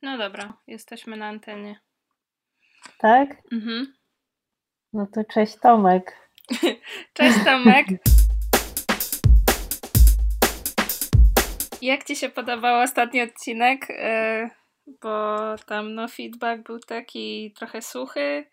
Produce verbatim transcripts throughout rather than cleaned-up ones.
No dobra, jesteśmy na antenie. Tak? Mhm. No to cześć Tomek. Cześć Tomek. Jak Ci się podobał ostatni odcinek? Yy, bo tam no feedback był taki trochę suchy.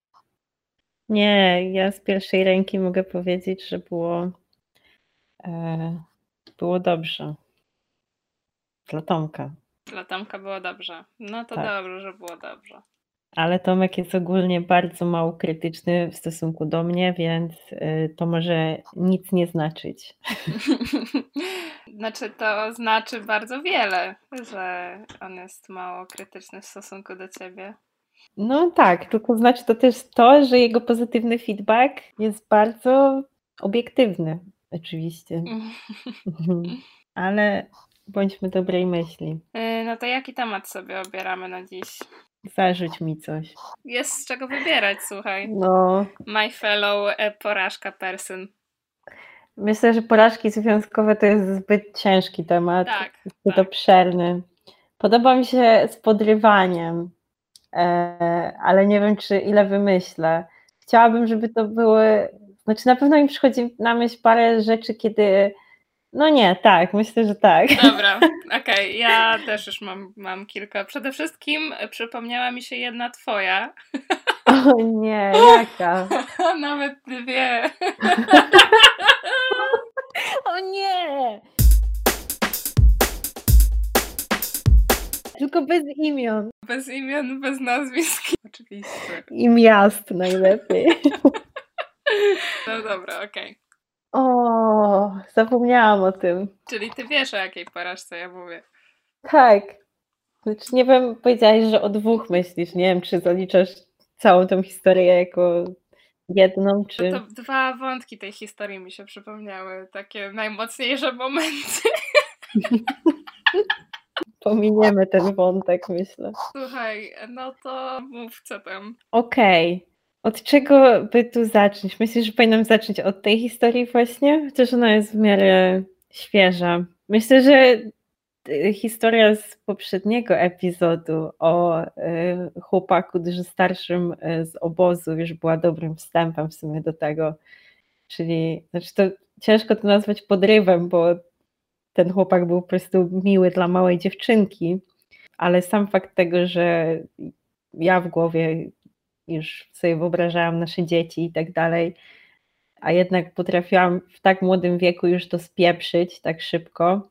Nie, ja z pierwszej ręki mogę powiedzieć, że było, e, było dobrze. Dla Tomka. Dla Tomka było dobrze. No to Tak. dobrze, że było dobrze. Ale Tomek jest ogólnie bardzo mało krytyczny w stosunku do mnie, więc y, to może nic nie znaczyć. Znaczy to znaczy bardzo wiele, że on jest mało krytyczny w stosunku do Ciebie. No tak, tylko znaczy to też to, że jego pozytywny feedback jest bardzo obiektywny, oczywiście. Ale bądźmy dobrej myśli. Yy, no to jaki temat sobie obieramy na dziś? Zarzuć mi coś. Jest z czego wybierać, słuchaj. No. My fellow e, porażka person. Myślę, że porażki związkowe to jest zbyt ciężki temat, Tak, zbyt tak. obszerny. Podoba mi się z podrywaniem, e, ale nie wiem, czy ile wymyślę. Chciałabym, żeby to były, znaczy na pewno mi przychodzi na myśl parę rzeczy, kiedy, no nie, tak, myślę, że tak. Dobra, okej, okay. Ja też już mam, mam kilka. Przede wszystkim przypomniała mi się jedna twoja. O nie, jaka? Nawet dwie. O nie! Tylko bez imion. Bez imion, bez nazwisk. Oczywiście. I miast najlepiej. No dobra, okej. Okay. O, zapomniałam o tym. Czyli ty wiesz, o jakiej porażce ja mówię. Tak. Znaczy nie wiem, powiedziałaś, że o dwóch myślisz. Nie wiem, czy zaliczasz całą tą historię jako jedną, czy... To, to dwa wątki tej historii mi się przypomniały. Takie najmocniejsze momenty. Pominiemy ten wątek, myślę. Słuchaj, no to mów, co tam. Okej. Okay. Od czego by tu zacząć? Myślisz, że powinnam zacząć od tej historii właśnie? Chociaż ona jest w miarę świeża. Myślę, że historia z poprzedniego epizodu o y, chłopaku dużo starszym y, z obozu już była dobrym wstępem w sumie do tego. Czyli, znaczy to ciężko to nazwać podrywem, bo ten chłopak był po prostu miły dla małej dziewczynki, ale sam fakt tego, że ja w głowie już sobie wyobrażałam nasze dzieci i tak dalej, a jednak potrafiłam w tak młodym wieku już to spieprzyć tak szybko.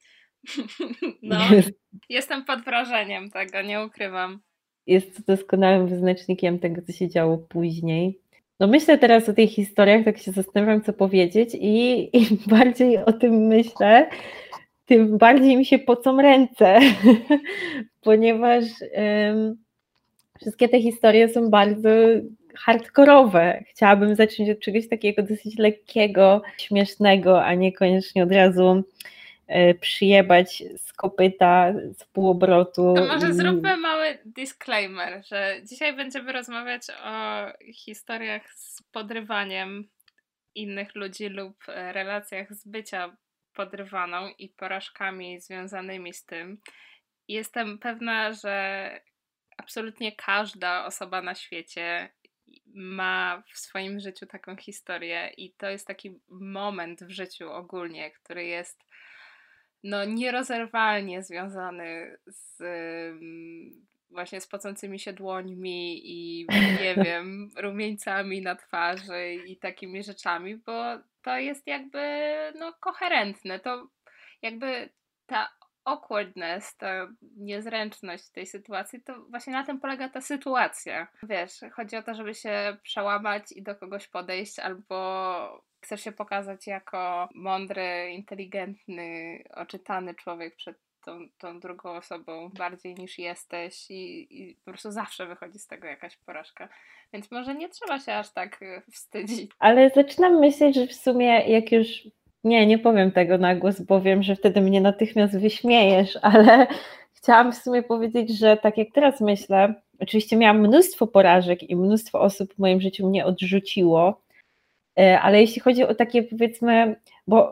No, jestem pod wrażeniem tego, nie ukrywam. Jest doskonałym wyznacznikiem tego, co się działo później. No myślę teraz o tych historiach, tak się zastanawiam, co powiedzieć i im bardziej o tym myślę, tym bardziej mi się pocą ręce, ponieważ um, wszystkie te historie są bardzo hardkorowe. Chciałabym zacząć od czegoś takiego dosyć lekkiego, śmiesznego, a niekoniecznie od razu przyjebać z kopyta, z półobrotu. To może i... zróbmy mały disclaimer, że dzisiaj będziemy rozmawiać o historiach z podrywaniem innych ludzi lub relacjach z bycia podrywaną i porażkami związanymi z tym. Jestem pewna, że absolutnie każda osoba na świecie ma w swoim życiu taką historię i to jest taki moment w życiu ogólnie, który jest no nierozerwalnie związany z właśnie z pocącymi się dłońmi i nie wiem, rumieńcami na twarzy i takimi rzeczami, bo to jest jakby no koherentne, to jakby ta awkwardness, ta niezręczność tej sytuacji, to właśnie na tym polega ta sytuacja. Wiesz, chodzi o to, żeby się przełamać i do kogoś podejść, albo chcesz się pokazać jako mądry, inteligentny, oczytany człowiek przed tą, tą drugą osobą bardziej niż jesteś i, i po prostu zawsze wychodzi z tego jakaś porażka. Więc może nie trzeba się aż tak wstydzić. Ale zaczynam myśleć, że w sumie jak już Nie, nie powiem tego na głos, bo wiem, że wtedy mnie natychmiast wyśmiejesz, ale chciałam w sumie powiedzieć, że tak jak teraz myślę, oczywiście miałam mnóstwo porażek i mnóstwo osób w moim życiu mnie odrzuciło, ale jeśli chodzi o takie powiedzmy, bo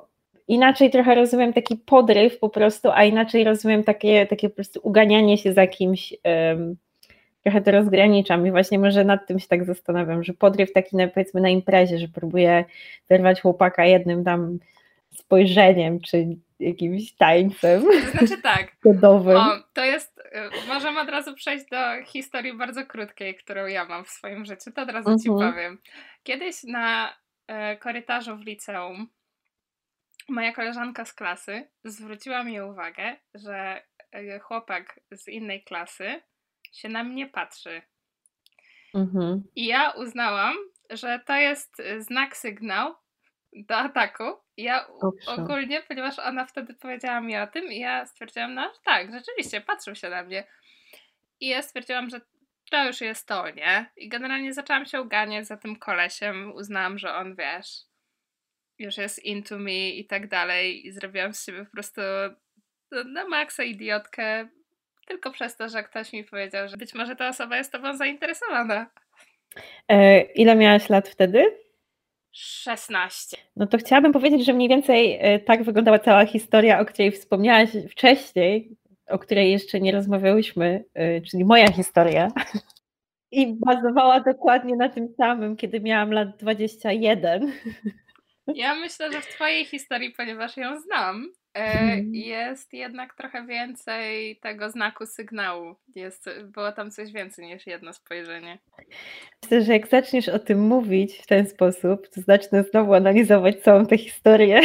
inaczej trochę rozumiem taki podryw po prostu, a inaczej rozumiem takie, takie po prostu uganianie się za kimś, um, trochę to rozgraniczam i właśnie może nad tym się tak zastanawiam, że podryw taki na, powiedzmy na imprezie, że próbuję wyrwać chłopaka jednym tam spojrzeniem, czy jakimś tańcem. To znaczy tak, Kodowym. O, to jest, możemy od razu przejść do historii bardzo krótkiej, którą ja mam w swoim życiu, to od razu mhm. Ci powiem. Kiedyś na e, korytarzu w liceum moja koleżanka z klasy zwróciła mi uwagę, że e, chłopak z innej klasy się na mnie patrzy. Mhm. I ja uznałam, że to jest znak, sygnał do ataku. Ja Owszem. ogólnie, ponieważ ona wtedy powiedziała mi o tym i ja stwierdziłam, no tak, rzeczywiście, patrzył się na mnie. I ja stwierdziłam, że to już jest to, nie? I generalnie zaczęłam się uganiać za tym kolesiem. Uznałam, że on, wiesz, już jest into me i tak dalej. I zrobiłam z siebie po prostu na maksa idiotkę tylko przez to, że ktoś mi powiedział, że być może ta osoba jest tobą zainteresowana. E, ile miałaś lat wtedy? szesnaście. No to chciałabym powiedzieć, że mniej więcej tak wyglądała cała historia, o której wspomniałaś wcześniej, o której jeszcze nie rozmawiałyśmy, czyli moja historia. I bazowała dokładnie na tym samym, kiedy miałam lat dwadzieścia jeden. Ja myślę, że w twojej historii, ponieważ ją znam, hmm. jest jednak trochę więcej tego znaku, sygnału. Jest, było tam coś więcej niż jedno spojrzenie. Myślę, że jak zaczniesz o tym mówić w ten sposób, to zacznę znowu analizować całą tę historię.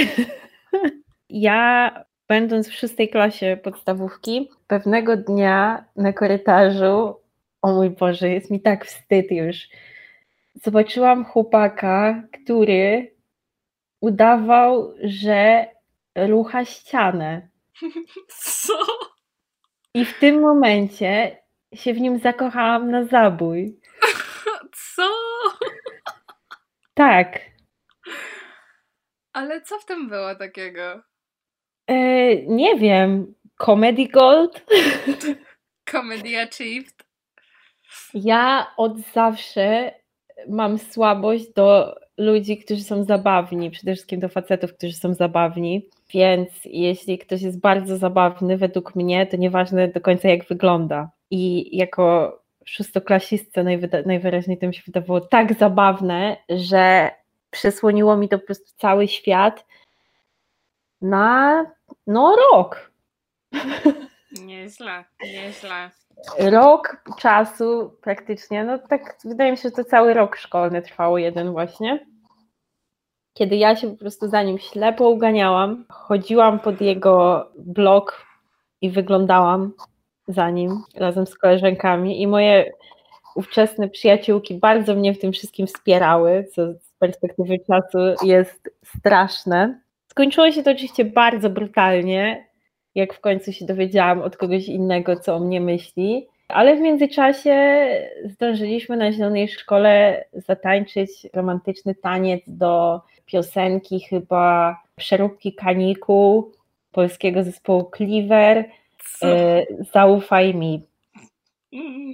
Ja, będąc w szóstej klasie podstawówki, pewnego dnia na korytarzu, o mój Boże, jest mi tak wstyd już, zobaczyłam chłopaka, który udawał, że rucha ścianę. Co? I w tym momencie się w nim zakochałam na zabój. Co? Tak. Ale co w tym było takiego? E, nie wiem. Comedy Gold? Comedy Achieved? Ja od zawsze mam słabość do ludzi, którzy są zabawni, przede wszystkim do facetów, którzy są zabawni, więc jeśli ktoś jest bardzo zabawny według mnie, to nieważne do końca jak wygląda. I jako szóstoklasistce najwyda- najwyraźniej to mi się wydawało tak zabawne, że przesłoniło mi to po prostu cały świat na no rok. Nieźle, nieźle. Rok czasu praktycznie, no tak wydaje mi się, że to cały rok szkolny trwało jeden właśnie. Kiedy ja się po prostu za nim ślepo uganiałam, chodziłam pod jego blok i wyglądałam za nim razem z koleżankami i moje ówczesne przyjaciółki bardzo mnie w tym wszystkim wspierały, co z perspektywy czasu jest straszne. Skończyło się to oczywiście bardzo brutalnie, jak w końcu się dowiedziałam od kogoś innego, co o mnie myśli, ale w międzyczasie zdążyliśmy na Zielonej Szkole zatańczyć romantyczny taniec do piosenki chyba Przeróbki Kanikuł polskiego zespołu Cleaver, e, Zaufaj mi. Mm.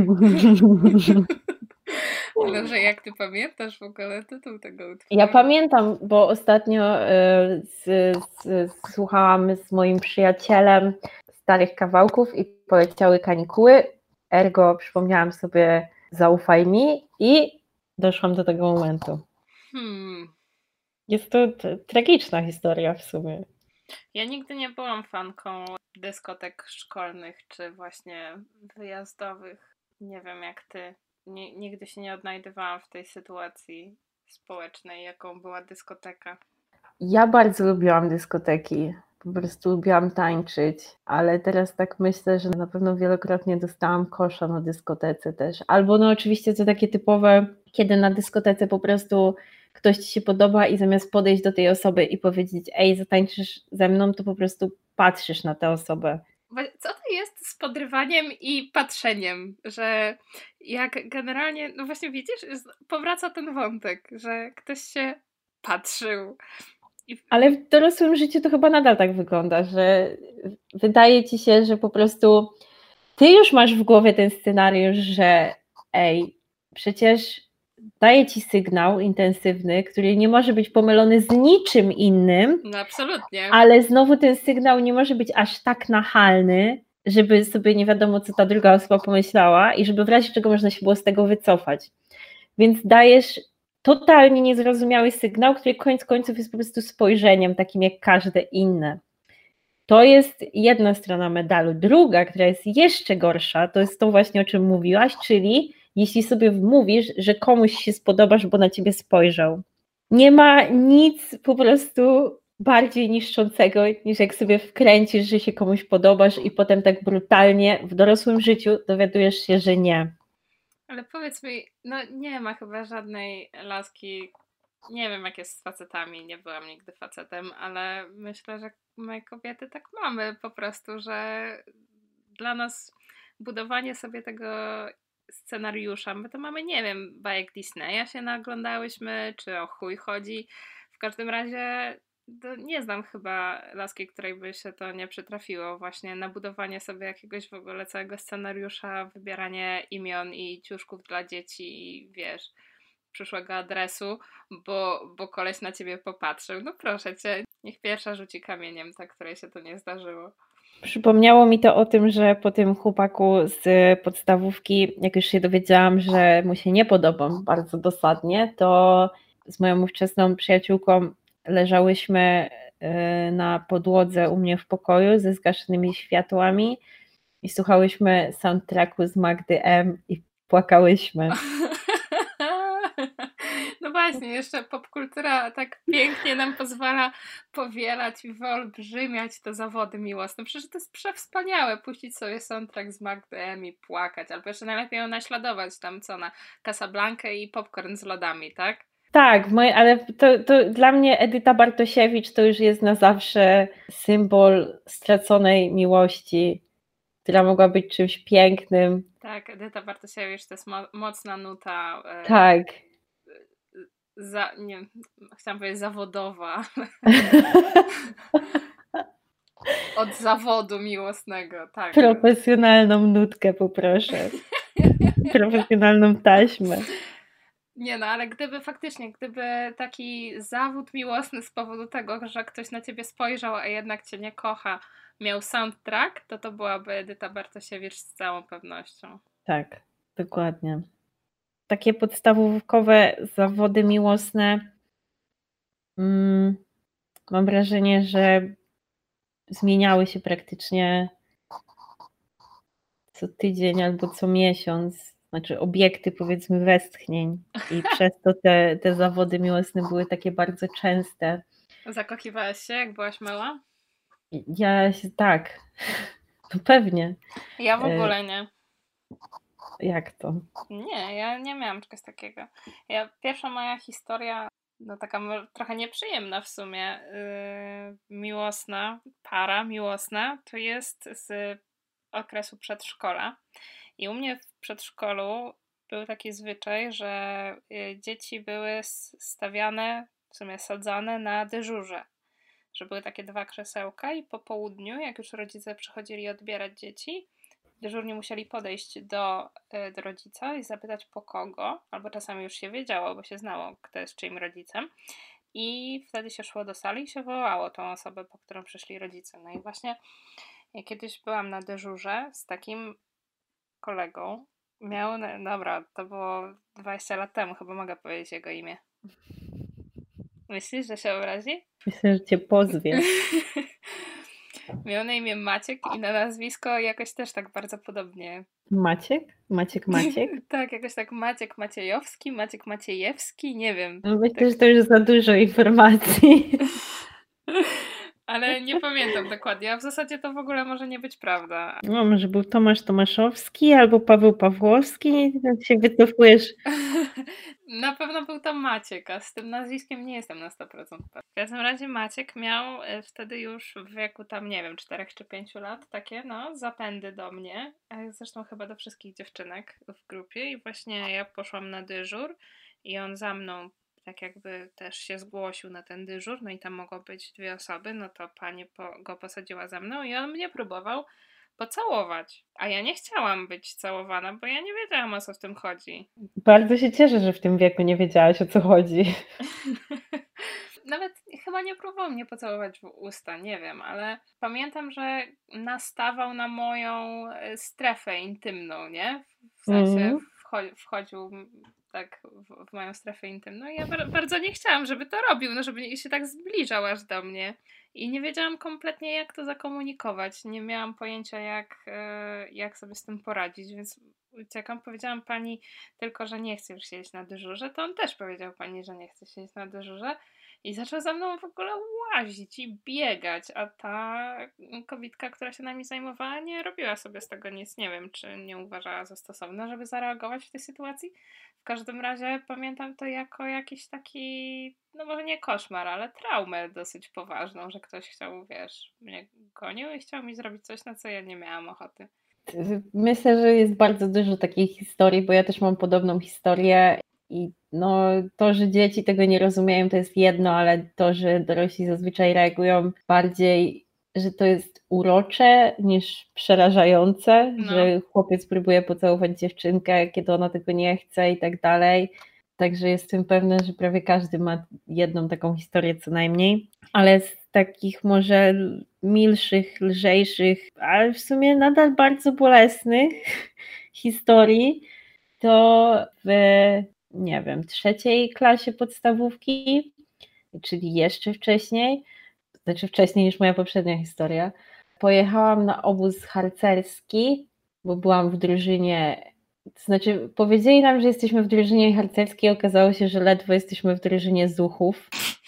Ale że jak ty pamiętasz w ogóle tytuł tego utworu? Ja pamiętam, bo ostatnio z, z, słuchałam z moim przyjacielem starych kawałków i poleciały kanikuły, ergo przypomniałam sobie Zaufaj mi i doszłam do tego momentu. Hmm. Jest to t- tragiczna historia w sumie. Ja nigdy nie byłam fanką dyskotek szkolnych czy właśnie wyjazdowych. Nie wiem jak ty. Nie, nigdy się nie odnajdywałam w tej sytuacji społecznej, jaką była dyskoteka. Ja bardzo lubiłam dyskoteki. Po prostu lubiłam tańczyć, ale teraz tak myślę, że na pewno wielokrotnie dostałam kosza na dyskotece też. Albo no oczywiście to takie typowe, kiedy na dyskotece po prostu ktoś ci się podoba i zamiast podejść do tej osoby i powiedzieć, ej, zatańczysz ze mną, to po prostu patrzysz na tę osobę. Co to jest z podrywaniem i patrzeniem, że jak generalnie, no właśnie widzisz, powraca ten wątek, że ktoś się patrzył. I... Ale w dorosłym życiu to chyba nadal tak wygląda, że wydaje ci się, że po prostu ty już masz w głowie ten scenariusz, że ej, przecież daje ci sygnał intensywny, który nie może być pomylony z niczym innym. No absolutnie. Ale znowu ten sygnał nie może być aż tak nachalny, żeby sobie nie wiadomo, co ta druga osoba pomyślała i żeby w razie czego można się było z tego wycofać. Więc dajesz totalnie niezrozumiały sygnał, który koniec końców jest po prostu spojrzeniem takim jak każde inne. To jest jedna strona medalu. Druga, która jest jeszcze gorsza, to jest to właśnie, o czym mówiłaś, czyli jeśli sobie wmówisz, że komuś się spodobasz, bo na ciebie spojrzał. Nie ma nic po prostu bardziej niszczącego, niż jak sobie wkręcisz, że się komuś podobasz i potem tak brutalnie w dorosłym życiu dowiadujesz się, że nie. Ale powiedz mi, no nie ma chyba żadnej laski, nie wiem jak jest z facetami, nie byłam nigdy facetem, ale myślę, że my kobiety tak mamy po prostu, że dla nas budowanie sobie tego scenariusza, my to mamy, nie wiem, bajek Disneya się naglądałyśmy, czy o chuj chodzi. W każdym razie to nie znam chyba laski, której by się to nie przytrafiło, właśnie na budowanie sobie jakiegoś w ogóle całego scenariusza, wybieranie imion i ciuszków dla dzieci i wiesz, przyszłego adresu, bo, bo koleś na ciebie popatrzył. No proszę cię, niech pierwsza rzuci kamieniem, ta, której się to nie zdarzyło. Przypomniało mi to o tym, że po tym chłopaku z podstawówki, jak już się dowiedziałam, że mu się nie podobam bardzo dosadnie, to z moją ówczesną przyjaciółką leżałyśmy na podłodze u mnie w pokoju ze zgaszonymi światłami i słuchałyśmy soundtracku z Magdy M i płakałyśmy. No właśnie, jeszcze popkultura tak pięknie nam pozwala powielać i wyolbrzymiać te zawody miłosne. Przecież to jest przewspaniałe puścić sobie soundtrack z Magdy M i płakać, albo jeszcze najlepiej ją naśladować tam co na Casablankę i popcorn z lodami, tak? Tak, moje, ale to, to dla mnie Edyta Bartosiewicz to już jest na zawsze symbol straconej miłości, która mogła być czymś pięknym. Tak, Edyta Bartosiewicz to jest mo- mocna nuta. Yy, tak. Za, nie, chciałam powiedzieć zawodowa. Od zawodu miłosnego, tak. Profesjonalną nutkę poproszę. Profesjonalną taśmę. Nie no, ale gdyby faktycznie, gdyby taki zawód miłosny z powodu tego, że ktoś na ciebie spojrzał, a jednak cię nie kocha, miał soundtrack, to to byłaby Edyta Bartosiewicz z całą pewnością. Tak, dokładnie. Takie podstawówkowe zawody miłosne, mm, mam wrażenie, że zmieniały się praktycznie co tydzień albo co miesiąc, znaczy obiekty powiedzmy westchnień i przez to te, te zawody miłosne były takie bardzo częste. Zakochiwałaś się, jak byłaś mała? Ja się tak, to pewnie. Ja w ogóle nie. Jak to? Nie, ja nie miałam czegoś takiego. Ja, pierwsza moja historia, no taka trochę nieprzyjemna w sumie, yy, miłosna, para miłosna, to jest z okresu przedszkola. I u mnie w przedszkolu był taki zwyczaj, że dzieci były stawiane, w sumie sadzane na dyżurze. Że były takie dwa krzesełka i po południu, jak już rodzice przychodzili odbierać dzieci, dyżurni musieli podejść do, do rodzica i zapytać po kogo, albo czasami już się wiedziało, bo się znało, kto jest czyim rodzicem. I wtedy się szło do sali i się wołało tą osobę, po którą przyszli rodzice. No i właśnie ja kiedyś byłam na dyżurze z takim kolegą. Miał, dobra, to było dwadzieścia lat temu, chyba mogę powiedzieć jego imię. Myślisz, że się obrazi? Myślę, że cię pozwie. Miał na imię Maciek i na nazwisko jakoś też tak bardzo podobnie. Maciek? Maciek Maciek? Tak, jakoś tak Maciek Maciejowski, Maciek Maciejewski, nie wiem. No myślę, tak... że to już za dużo informacji. Ale nie pamiętam dokładnie, a w zasadzie to w ogóle może nie być prawda. No, może był Tomasz Tomaszowski albo Paweł Pawłowski, tak się wycofujesz. Na pewno był to Maciek, a z tym nazwiskiem nie jestem na sto procent pewna. W każdym razie Maciek miał wtedy już w wieku tam, nie wiem, czterech czy pięciu lat takie, no, zapędy do mnie, zresztą chyba do wszystkich dziewczynek w grupie i właśnie ja poszłam na dyżur i on za mną tak jakby też się zgłosił na ten dyżur, no i tam mogło być dwie osoby, no to pani po, go posadziła za mną i on mnie próbował pocałować. A ja nie chciałam być całowana, bo ja nie wiedziałam, o co w tym chodzi. Bardzo się cieszę, że w tym wieku nie wiedziałaś, o co chodzi. Nawet chyba nie próbował mnie pocałować w usta, nie wiem, ale pamiętam, że nastawał na moją e, strefę intymną, nie? W sensie Mm. wcho- wchodził m, tak w, w moją strefę intymną i ja bar- bardzo nie chciałam, żeby to robił, no żeby się tak zbliżał aż do mnie. I nie wiedziałam kompletnie, jak to zakomunikować. Nie miałam pojęcia, jak, e, jak sobie z tym poradzić, więc uciekam. Powiedziałam pani tylko, że nie chcę już siedzieć na dyżurze, to on też powiedział pani, że nie chce siedzieć na dyżurze. I zaczął za mną w ogóle łazić i biegać, a ta kobitka, która się nami zajmowała, nie robiła sobie z tego nic. Nie wiem, czy nie uważała za stosowne, żeby zareagować w tej sytuacji. W każdym razie pamiętam to jako jakiś taki, no może nie koszmar, ale traumę dosyć poważną, że ktoś chciał, wiesz, mnie gonił i chciał mi zrobić coś, na co ja nie miałam ochoty. Myślę, że jest bardzo dużo takich historii, bo ja też mam podobną historię i no, to, że dzieci tego nie rozumieją, to jest jedno, ale to, że dorośli zazwyczaj reagują bardziej, że to jest urocze niż przerażające, No. że chłopiec próbuje pocałować dziewczynkę, kiedy ona tego nie chce i tak dalej. Także jestem pewna, że prawie każdy ma jedną taką historię co najmniej, ale z takich może milszych, lżejszych, ale w sumie nadal bardzo bolesnych historii, to w, nie wiem, trzeciej klasie podstawówki, czyli jeszcze wcześniej, znaczy wcześniej niż moja poprzednia historia, pojechałam na obóz harcerski, bo byłam w drużynie, to znaczy powiedzieli nam, że jesteśmy w drużynie harcerskiej, okazało się, że ledwo jesteśmy w drużynie zuchów.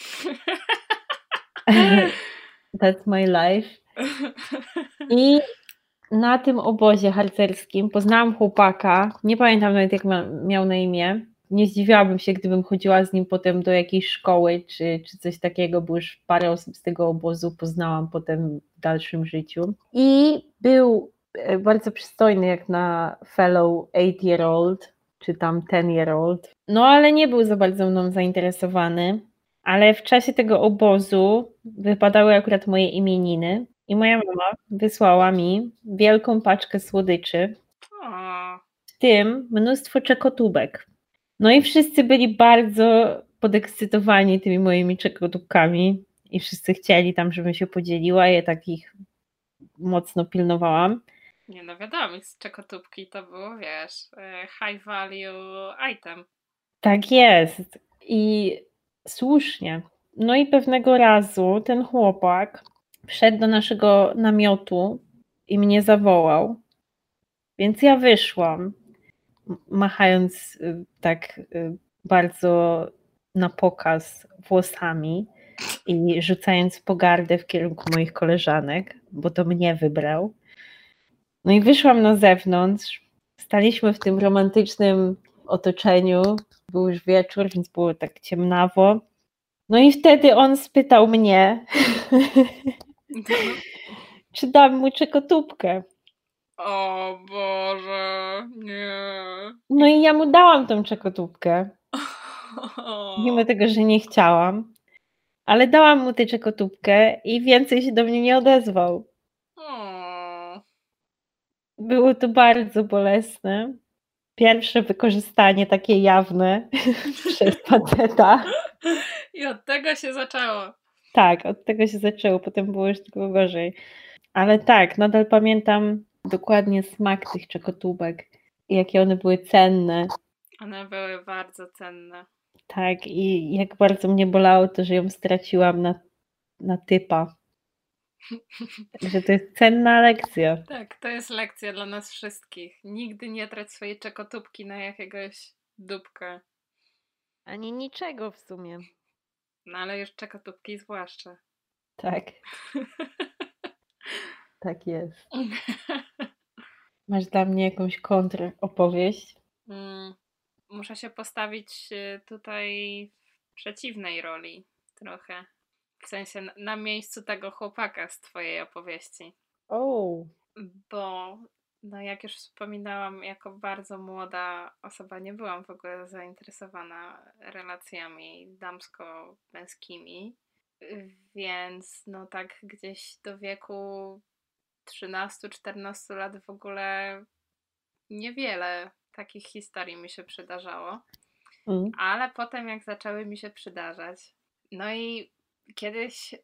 That's my life. I na tym obozie harcerskim poznałam chłopaka, nie pamiętam nawet jak ma, miał na imię, nie zdziwiłabym się, gdybym chodziła z nim potem do jakiejś szkoły czy, czy coś takiego, bo już parę osób z tego obozu poznałam potem w dalszym życiu. I był bardzo przystojny jak na fellow eight-year-old, czy tam ten-year-old. No ale nie był za bardzo mną zainteresowany, ale w czasie tego obozu wypadały akurat moje imieniny i moja mama wysłała mi wielką paczkę słodyczy, w tym mnóstwo czekotubek. No i wszyscy byli bardzo podekscytowani tymi moimi czekotubkami i wszyscy chcieli tam, żebym się podzieliła, ja tak ich mocno pilnowałam. Nie no wiadomo, z czekotubki to było, wiesz, high value item. Tak jest i słusznie. No i pewnego razu ten chłopak wszedł do naszego namiotu i mnie zawołał, więc ja wyszłam, machając tak bardzo na pokaz włosami i rzucając pogardę w kierunku moich koleżanek, bo to mnie wybrał. No i wyszłam na zewnątrz, staliśmy w tym romantycznym otoczeniu, był już wieczór, więc było tak ciemnawo. No i wtedy on spytał mnie, czy dam mu czekotubkę. O Boże, nie. No i ja mu dałam tą czekotubkę, mimo tego, że nie chciałam, ale dałam mu tę czekotubkę i więcej się do mnie nie odezwał. O. Było to bardzo bolesne. Pierwsze wykorzystanie takie jawne przez faceta. I od tego się zaczęło. Tak, od tego się zaczęło, potem było już tylko gorzej. Ale tak, nadal pamiętam dokładnie smak tych czekotubek i jakie one były cenne. One były bardzo cenne. Tak, i jak bardzo mnie bolało to, że ją straciłam na, na typa. Także to jest cenna lekcja. Tak, to jest lekcja dla nas wszystkich. Nigdy nie trać swojej czekotubki na jakiegoś dupka. Ani niczego w sumie. No ale już czekotubki zwłaszcza. Tak. Tak jest. Masz dla mnie jakąś kontropowieść? Mm, muszę się postawić tutaj w przeciwnej roli trochę. W sensie na, na miejscu tego chłopaka z twojej opowieści. O. Bo no jak już wspominałam, jako bardzo młoda osoba nie byłam w ogóle zainteresowana relacjami damsko-męskimi, więc no tak gdzieś do wieku trzynastu czternastu lat w ogóle niewiele takich historii mi się przydarzało. Mm. Ale potem jak zaczęły mi się przydarzać. No i kiedyś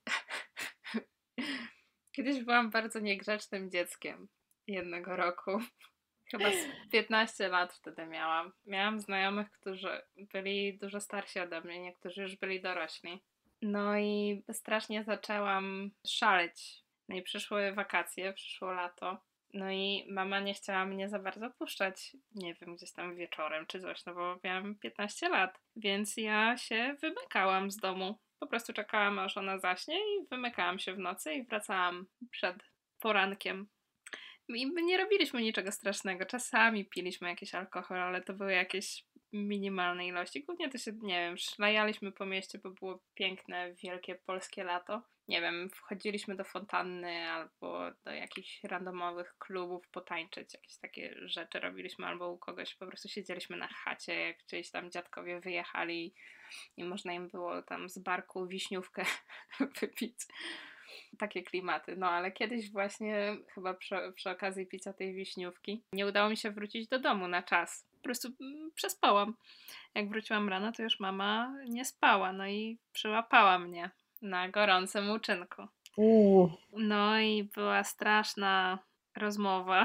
kiedyś byłam bardzo niegrzecznym dzieckiem jednego roku. Chyba z piętnaście lat wtedy miałam. Miałam znajomych, którzy byli dużo starsi ode mnie, niektórzy już byli dorośli. No i strasznie zaczęłam szaleć. No i przyszły wakacje, przyszło lato. No i mama nie chciała mnie za bardzo puszczać, nie wiem, gdzieś tam wieczorem czy coś, no bo miałam piętnaście lat. Więc ja się wymykałam z domu. Po prostu czekałam, aż ona zaśnie i wymykałam się w nocy i wracałam przed porankiem. I my nie robiliśmy niczego strasznego. Czasami piliśmy jakiś alkohol, ale to były jakieś minimalne ilości. Głównie to się, nie wiem, szlajaliśmy po mieście, bo było piękne, wielkie polskie lato. Nie wiem, wchodziliśmy do fontanny albo do jakichś randomowych klubów potańczyć. Jakieś takie rzeczy robiliśmy albo u kogoś po prostu siedzieliśmy na chacie, jak gdzieś tam dziadkowie wyjechali i można im było tam z barku wiśniówkę wypić. Takie klimaty. No ale kiedyś właśnie chyba przy, przy okazji picia tej wiśniówki nie udało mi się wrócić do domu na czas. Po prostu mm, przespałam. Jak wróciłam rano, to już mama nie spała, no i przyłapała mnie na gorącym uczynku. Uuu. No i była straszna rozmowa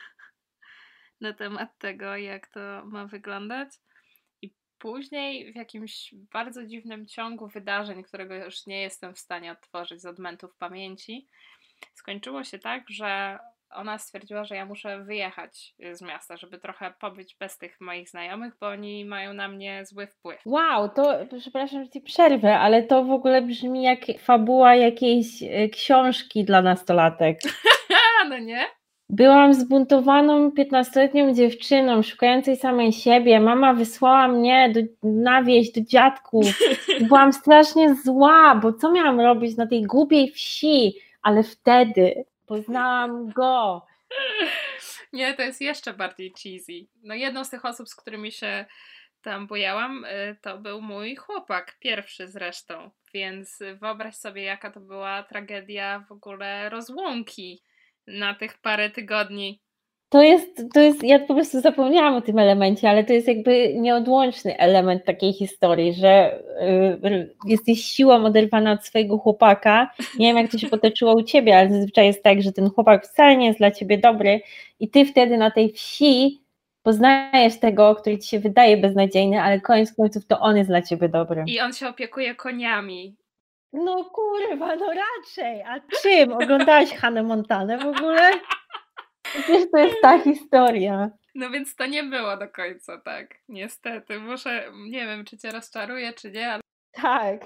na temat tego, jak to ma wyglądać. I później w jakimś bardzo dziwnym ciągu wydarzeń, którego już nie jestem w stanie odtworzyć z odmętów pamięci, skończyło się tak, że ona stwierdziła, że ja muszę wyjechać z miasta, żeby trochę pobyć bez tych moich znajomych, bo oni mają na mnie zły wpływ. Wow, to przepraszam, że ci przerwę, ale to w ogóle brzmi jak fabuła jakiejś y, książki dla nastolatek. No nie? Byłam zbuntowaną piętnastoletnią dziewczyną, szukającej samej siebie. Mama wysłała mnie do, na wieś do dziadków. Byłam strasznie zła, bo co miałam robić na tej głupiej wsi? Ale wtedy poznałam go. Nie, to jest jeszcze bardziej cheesy. No jedną z tych osób, z którymi się tam bujałam, to był mój chłopak, pierwszy zresztą. Więc wyobraź sobie, jaka to była tragedia w ogóle rozłąki na tych parę tygodni. To jest, to jest, ja po prostu zapomniałam o tym elemencie, ale to jest jakby nieodłączny element takiej historii, że y, jesteś siłą oderwana od swojego chłopaka. Nie wiem, jak to się potoczyło u ciebie, ale zazwyczaj jest tak, że ten chłopak wcale nie jest dla ciebie dobry i ty wtedy na tej wsi poznajesz tego, który ci się wydaje beznadziejny, ale koniec końców to on jest dla ciebie dobry. I on się opiekuje koniami. No kurwa, no raczej. A czym? Oglądałaś Hannah Montanę w ogóle? Przecież to jest ta historia. No więc to nie było do końca tak. Niestety. Muszę, nie wiem, czy cię rozczaruję, czy nie, ale Tak.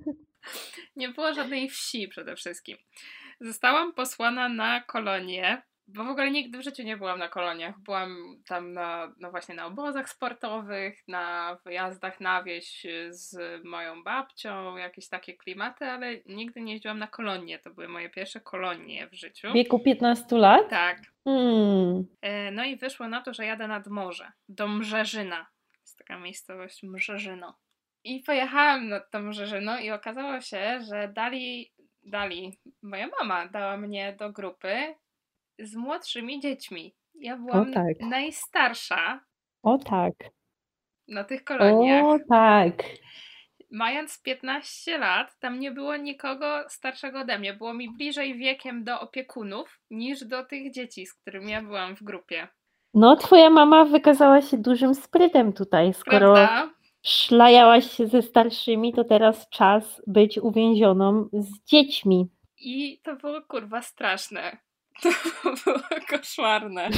nie było żadnej wsi przede wszystkim. Zostałam posłana na kolonię, bo w ogóle nigdy w życiu nie byłam na koloniach. Byłam tam na, no właśnie na obozach sportowych, na wyjazdach na wieś z moją babcią, jakieś takie klimaty, ale nigdy nie jeździłam na kolonie. To były moje pierwsze kolonie w życiu. W wieku piętnastu lat? Tak. Hmm. No i wyszło na to, że jadę nad morze, do Mrzeżyna. To jest taka miejscowość Mrzeżyno. I pojechałam nad tą Mrzeżyną i okazało się, że dali, dali, moja mama dała mnie do grupy z młodszymi dziećmi. Ja byłam O tak. najstarsza O tak. na tych koloniach. O tak. Mając piętnaście lat, tam nie było nikogo starszego ode mnie. Było mi bliżej wiekiem do opiekunów niż do tych dzieci, z którymi ja byłam w grupie. No, twoja mama wykazała się dużym sprytem tutaj. Skoro Prawda? szlajałaś się ze starszymi, to teraz czas być uwięzioną z dziećmi. I to było kurwa straszne. To było koszmarne.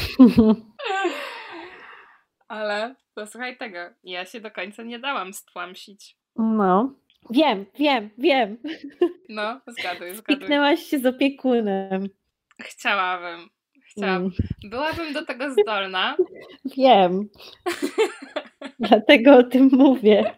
Ale posłuchaj tego, ja się do końca nie dałam stłamsić. No, wiem, wiem, wiem. No, zgaduj, zgaduj. Piknęłaś się z opiekunem. Chciałabym. Chciałabym. Mm. Byłabym do tego zdolna. Wiem. Dlatego o tym mówię.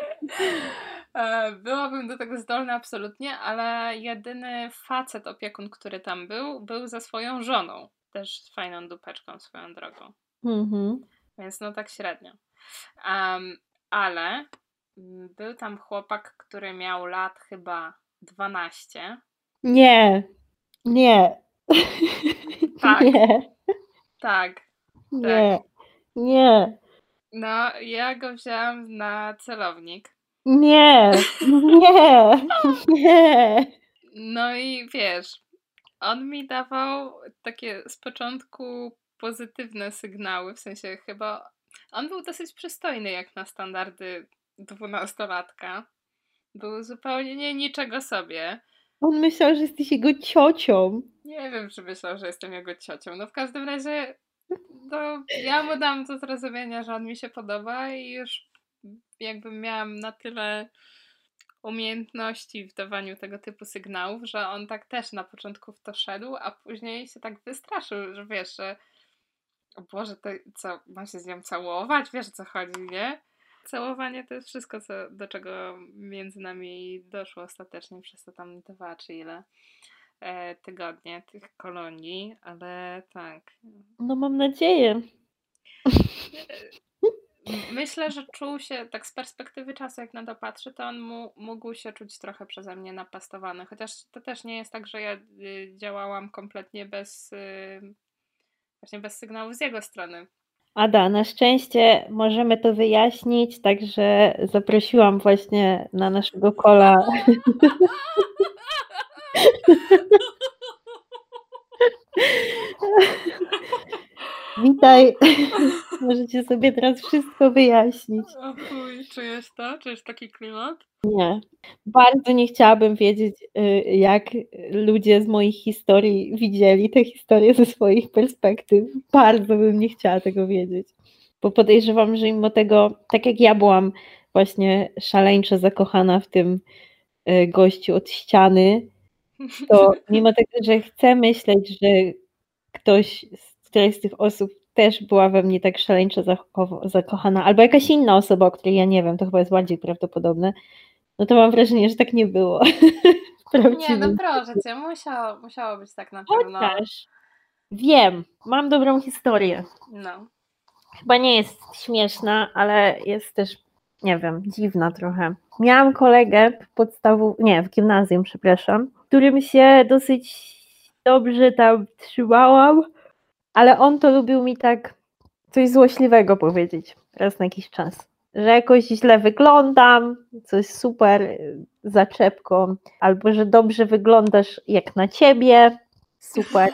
Byłabym do tego zdolna absolutnie, ale jedyny facet opiekun, który tam był, był ze swoją żoną. Też fajną dupeczką swoją drogą. Mhm. Więc no tak średnio. Um, ale był tam chłopak, który miał lat chyba dwanaście. Nie, nie. Tak. Nie. Tak. Nie. Tak. Nie. No, ja go wzięłam na celownik. Nie. Nie. Nie. No i wiesz, on mi dawał takie z początku pozytywne sygnały, w sensie chyba on był dosyć przystojny jak na standardy dwunastolatka. Był zupełnie nie niczego sobie. On myślał, że jesteś jego ciocią. Nie wiem, czy myślał, że jestem jego ciocią. No w każdym razie no, ja mu dam do zrozumienia, że on mi się podoba i już jakby miałam na tyle umiejętności w dawaniu tego typu sygnałów, że on tak też na początku w to szedł, a później się tak wystraszył, że wiesz, że o Boże, to co, mam się z nią całować? Wiesz, o co chodzi, nie? Całowanie to jest wszystko, co, do czego między nami doszło ostatecznie przez to tam dwa czy ile e, tygodnie tych kolonii, ale tak. No mam nadzieję. Myślę, że czuł się, tak z perspektywy czasu, jak na to patrzę, to on mu, mógł się czuć trochę przeze mnie napastowany. Chociaż to też nie jest tak, że ja y, działałam kompletnie bez, y, właśnie bez sygnałów z jego strony. Ada, na szczęście możemy to wyjaśnić, także zaprosiłam właśnie na naszego kola. Witaj. Możecie sobie teraz wszystko wyjaśnić. O chuj, czujesz to? Czujesz taki klimat? Nie. Bardzo nie chciałabym wiedzieć, jak ludzie z moich historii widzieli te historie ze swoich perspektyw. Bardzo bym nie chciała tego wiedzieć. Bo podejrzewam, że mimo tego, tak jak ja byłam właśnie szaleńczo zakochana w tym gościu od ściany, to mimo tego, że chcę myśleć, że ktoś z którejś z tych osób też była we mnie tak szaleńczo zakochana, albo jakaś inna osoba, o której ja nie wiem, to chyba jest bardziej prawdopodobne, no to mam wrażenie, że tak nie było. Nie, no proszę cię, musiało, musiało być tak na pewno. Chociaż wiem, mam dobrą historię. No. Chyba nie jest śmieszna, ale jest też, nie wiem, dziwna trochę. Miałam kolegę w podstawu, nie, w gimnazjum, przepraszam, którym się dosyć dobrze tam trzymałam, ale on to lubił mi tak coś złośliwego powiedzieć raz na jakiś czas. Że jakoś źle wyglądam, coś super zaczepką, albo że dobrze wyglądasz jak na ciebie, super.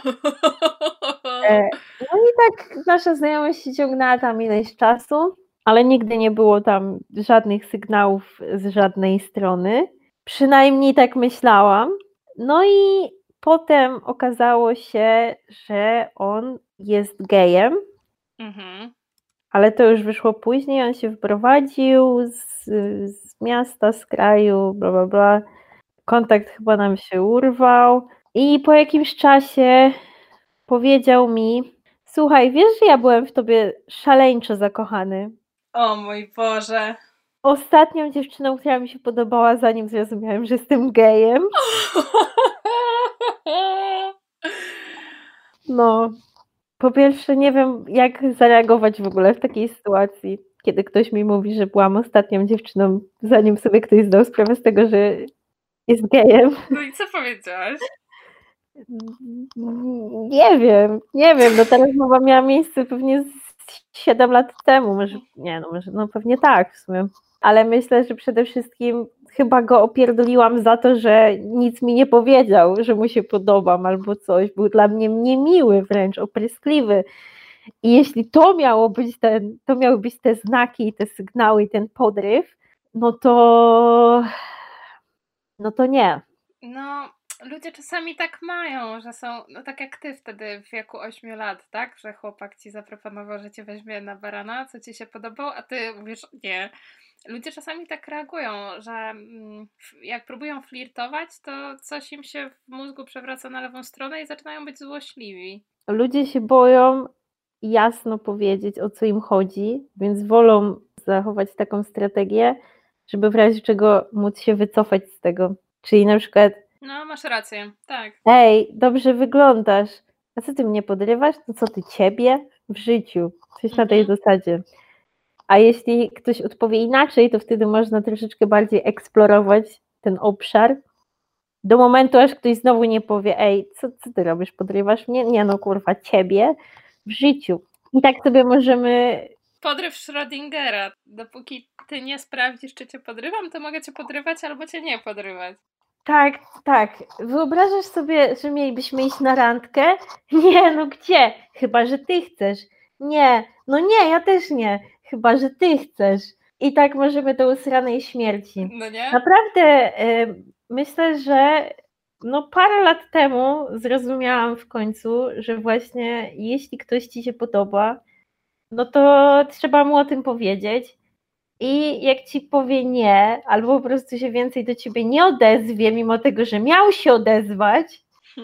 No i tak nasza znajomość się ciągnęła tam ileś czasu, ale nigdy nie było tam żadnych sygnałów z żadnej strony. Przynajmniej tak myślałam. No i potem okazało się, że on jest gejem, Mhm. ale to już wyszło później. On się wprowadził z, z miasta, z kraju, bla, bla, bla. Kontakt chyba nam się urwał i po jakimś czasie powiedział mi: słuchaj, wiesz, że ja byłem w tobie szaleńczo zakochany. O mój Boże. Ostatnią dziewczyną, która mi się podobała, zanim zrozumiałem, że jestem gejem. No, po pierwsze nie wiem, jak zareagować w ogóle w takiej sytuacji, kiedy ktoś mi mówi, że byłam ostatnią dziewczyną, zanim sobie ktoś zdał sprawę z tego, że jest gejem. No i co powiedziałaś? Nie wiem, nie wiem, no ta rozmowa miała miejsce pewnie siedem lat temu, może, nie no, może, no pewnie tak w sumie, ale myślę, że przede wszystkim chyba go opierdoliłam za to, że nic mi nie powiedział, że mu się podobam albo coś, był dla mnie niemiły, wręcz opryskliwy i jeśli to miało być ten, to miały być te znaki, te sygnały i ten podryw, no to no to nie. No, ludzie czasami tak mają, że są, no tak jak ty wtedy w wieku ośmiu lat, tak? Że chłopak ci zaproponował, że cię weźmie na barana, co ci się podobało, a ty mówisz nie. Ludzie czasami tak reagują, że jak próbują flirtować, to coś im się w mózgu przewraca na lewą stronę i zaczynają być złośliwi. Ludzie się boją jasno powiedzieć, o co im chodzi, więc wolą zachować taką strategię, żeby w razie czego móc się wycofać z tego. Czyli na przykład: no, masz rację, tak. Ej, dobrze wyglądasz. A co ty mnie podrywasz? To co ty ciebie? W życiu. Coś na tej zasadzie. A jeśli ktoś odpowie inaczej, to wtedy można troszeczkę bardziej eksplorować ten obszar do momentu, aż ktoś znowu nie powie, ej, co, co ty robisz, podrywasz mnie? Nie no, kurwa, ciebie w życiu. I tak sobie możemy... Podryw Schrödingera. Dopóki ty nie sprawdzisz, czy cię podrywam, to mogę cię podrywać albo cię nie podrywać. Tak, tak. Wyobrażasz sobie, że mielibyśmy iść na randkę? Nie, no gdzie? Chyba, że ty chcesz. Nie, no nie, ja też nie. Chyba, że ty chcesz. I tak możemy do usranej śmierci. No nie? Naprawdę y, myślę, że no parę lat temu zrozumiałam w końcu, że właśnie jeśli ktoś ci się podoba, no to trzeba mu o tym powiedzieć. I jak ci powie nie, albo po prostu się więcej do ciebie nie odezwie, mimo tego, że miał się odezwać,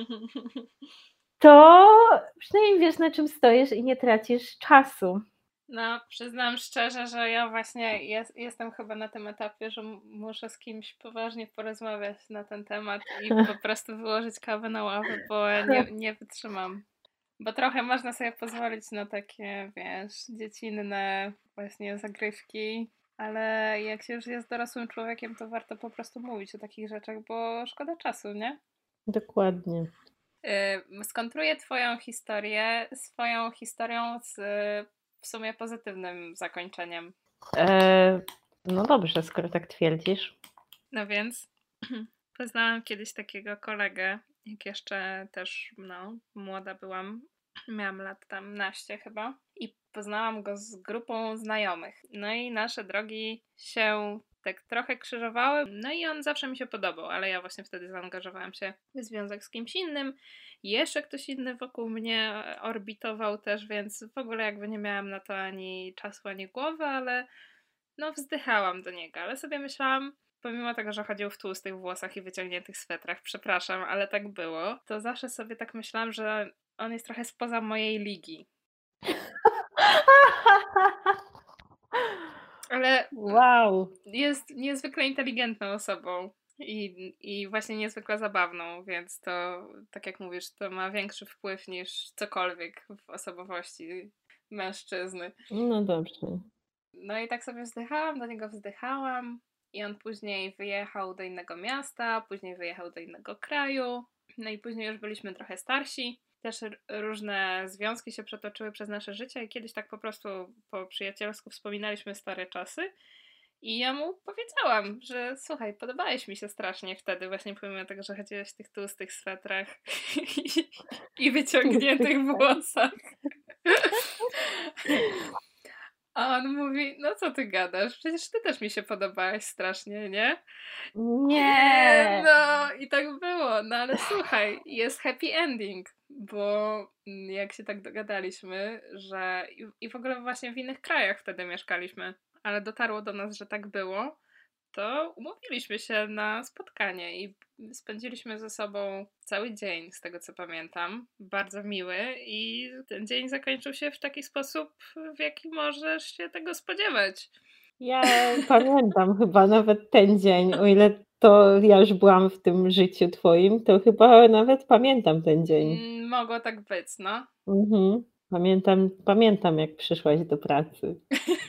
to przynajmniej wiesz, na czym stoisz i nie tracisz czasu. No, przyznam szczerze, że ja właśnie jest, jestem chyba na tym etapie, że muszę z kimś poważnie porozmawiać na ten temat i po prostu wyłożyć kawę na ławę, bo nie, nie wytrzymam. Bo trochę można sobie pozwolić na takie, wiesz, dziecinne właśnie zagrywki, ale jak się już jest dorosłym człowiekiem, to warto po prostu mówić o takich rzeczach, bo szkoda czasu, nie? Dokładnie. Yy, skontruję twoją historię swoją historią z w sumie pozytywnym zakończeniem. E, no dobrze, skoro tak twierdzisz. No więc poznałam kiedyś takiego kolegę, jak jeszcze też no, młoda byłam. Miałam lat tam naście chyba i poznałam go z grupą znajomych. No i nasze drogi się tak trochę krzyżowały. No i on zawsze mi się podobał, ale ja właśnie wtedy zaangażowałam się w związek z kimś innym. Jeszcze ktoś inny wokół mnie orbitował też, więc w ogóle jakby nie miałam na to ani czasu, ani głowy, ale no wzdychałam do niego. Ale sobie myślałam, pomimo tego, że chodził w tłustych włosach i wyciągniętych swetrach, przepraszam, ale tak było, to zawsze sobie tak myślałam, że on jest trochę spoza mojej ligi. Ale wow. jest niezwykle inteligentną osobą i, i właśnie niezwykle zabawną, więc to, tak jak mówisz, to ma większy wpływ niż cokolwiek w osobowości mężczyzny. No dobrze. No i tak sobie wzdychałam, do niego wzdychałam i on później wyjechał do innego miasta, później wyjechał do innego kraju, no i później już byliśmy trochę starsi. Też różne związki się przetoczyły przez nasze życie i kiedyś tak po prostu po przyjacielsku wspominaliśmy stare czasy i ja mu powiedziałam, że słuchaj, podobałeś mi się strasznie wtedy, właśnie pomimo tego, że chodziłeś w tych tłustych swetrach i, i wyciągniętych włosach. A on mówi, no co ty gadasz? Przecież ty też mi się podobałaś strasznie, nie? Nie! No i tak było, no ale słuchaj, jest happy ending, bo jak się tak dogadaliśmy, że i, i w ogóle właśnie w innych krajach wtedy mieszkaliśmy, ale dotarło do nas, że tak było, to umówiliśmy się na spotkanie i spędziliśmy ze sobą cały dzień, z tego co pamiętam. Bardzo miły i ten dzień zakończył się w taki sposób, w jaki możesz się tego spodziewać. Ja pamiętam chyba nawet ten dzień, o ile to ja już byłam w tym życiu twoim, to chyba nawet pamiętam ten dzień. Mm, mogło tak być, no. Mhm. Pamiętam, pamiętam jak przyszłaś do pracy.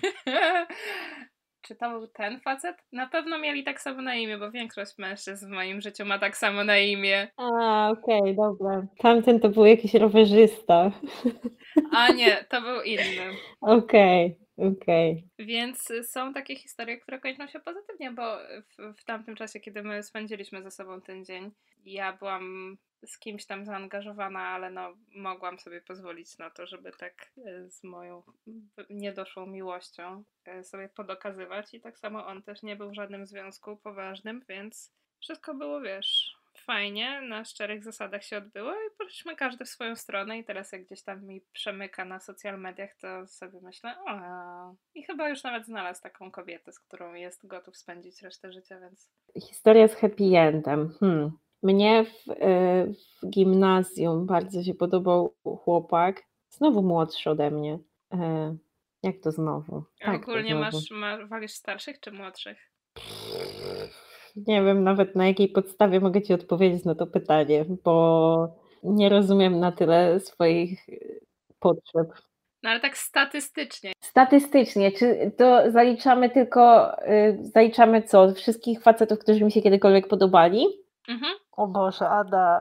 Czy to był ten facet? Na pewno mieli tak samo na imię, bo większość mężczyzn w moim życiu ma tak samo na imię. A, okej, okay, dobra. Tamten to był jakiś rowerzysta. A nie, to był inny. Okej, okay, okej. Okay. Więc są takie historie, które kończą się pozytywnie, bo w, w tamtym czasie, kiedy my spędziliśmy ze sobą ten dzień, ja byłam z kimś tam zaangażowana, ale no mogłam sobie pozwolić na to, żeby tak z moją niedoszłą miłością sobie podokazywać i tak samo on też nie był w żadnym związku poważnym, więc wszystko było, wiesz, fajnie, na szczerych zasadach się odbyło i poszliśmy każdy w swoją stronę i teraz jak gdzieś tam mi przemyka na social mediach, to sobie myślę, o, i chyba już nawet znalazł taką kobietę, z którą jest gotów spędzić resztę życia, więc... Historia z happy endem. Hmm. Mnie w, w gimnazjum bardzo się podobał chłopak, znowu młodszy ode mnie. Jak to znowu? Tak, ogólnie to znowu. Masz, masz, walisz starszych czy młodszych? Nie wiem nawet na jakiej podstawie mogę ci odpowiedzieć na to pytanie, bo nie rozumiem na tyle swoich potrzeb. No ale tak statystycznie. Statystycznie, czy to zaliczamy tylko, yy, zaliczamy co? Wszystkich facetów, którzy mi się kiedykolwiek podobali? Mhm. O Boże, Ada.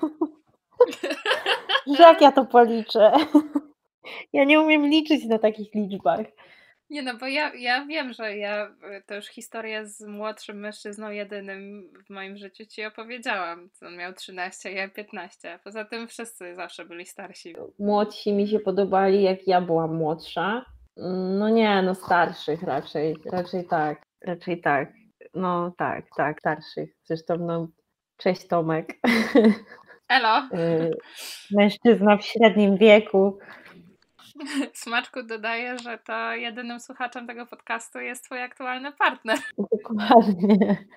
Że jak ja to policzę? Ja nie umiem liczyć na takich liczbach. Nie no, bo ja, ja wiem, że ja y, to już historię z młodszym mężczyzną jedynym w moim życiu ci opowiedziałam. On miał trzynaście, ja piętnaście. Poza tym wszyscy zawsze byli starsi. Młodsi mi się podobali, jak ja byłam młodsza. No nie, no starszych raczej, raczej tak, raczej tak. No tak, tak, starszych. Zresztą no, cześć Tomek. Elo! Y, Mężczyzna w średnim wieku. Smaczku dodaję, że to jedynym słuchaczem tego podcastu jest twój aktualny partner. Dokładnie.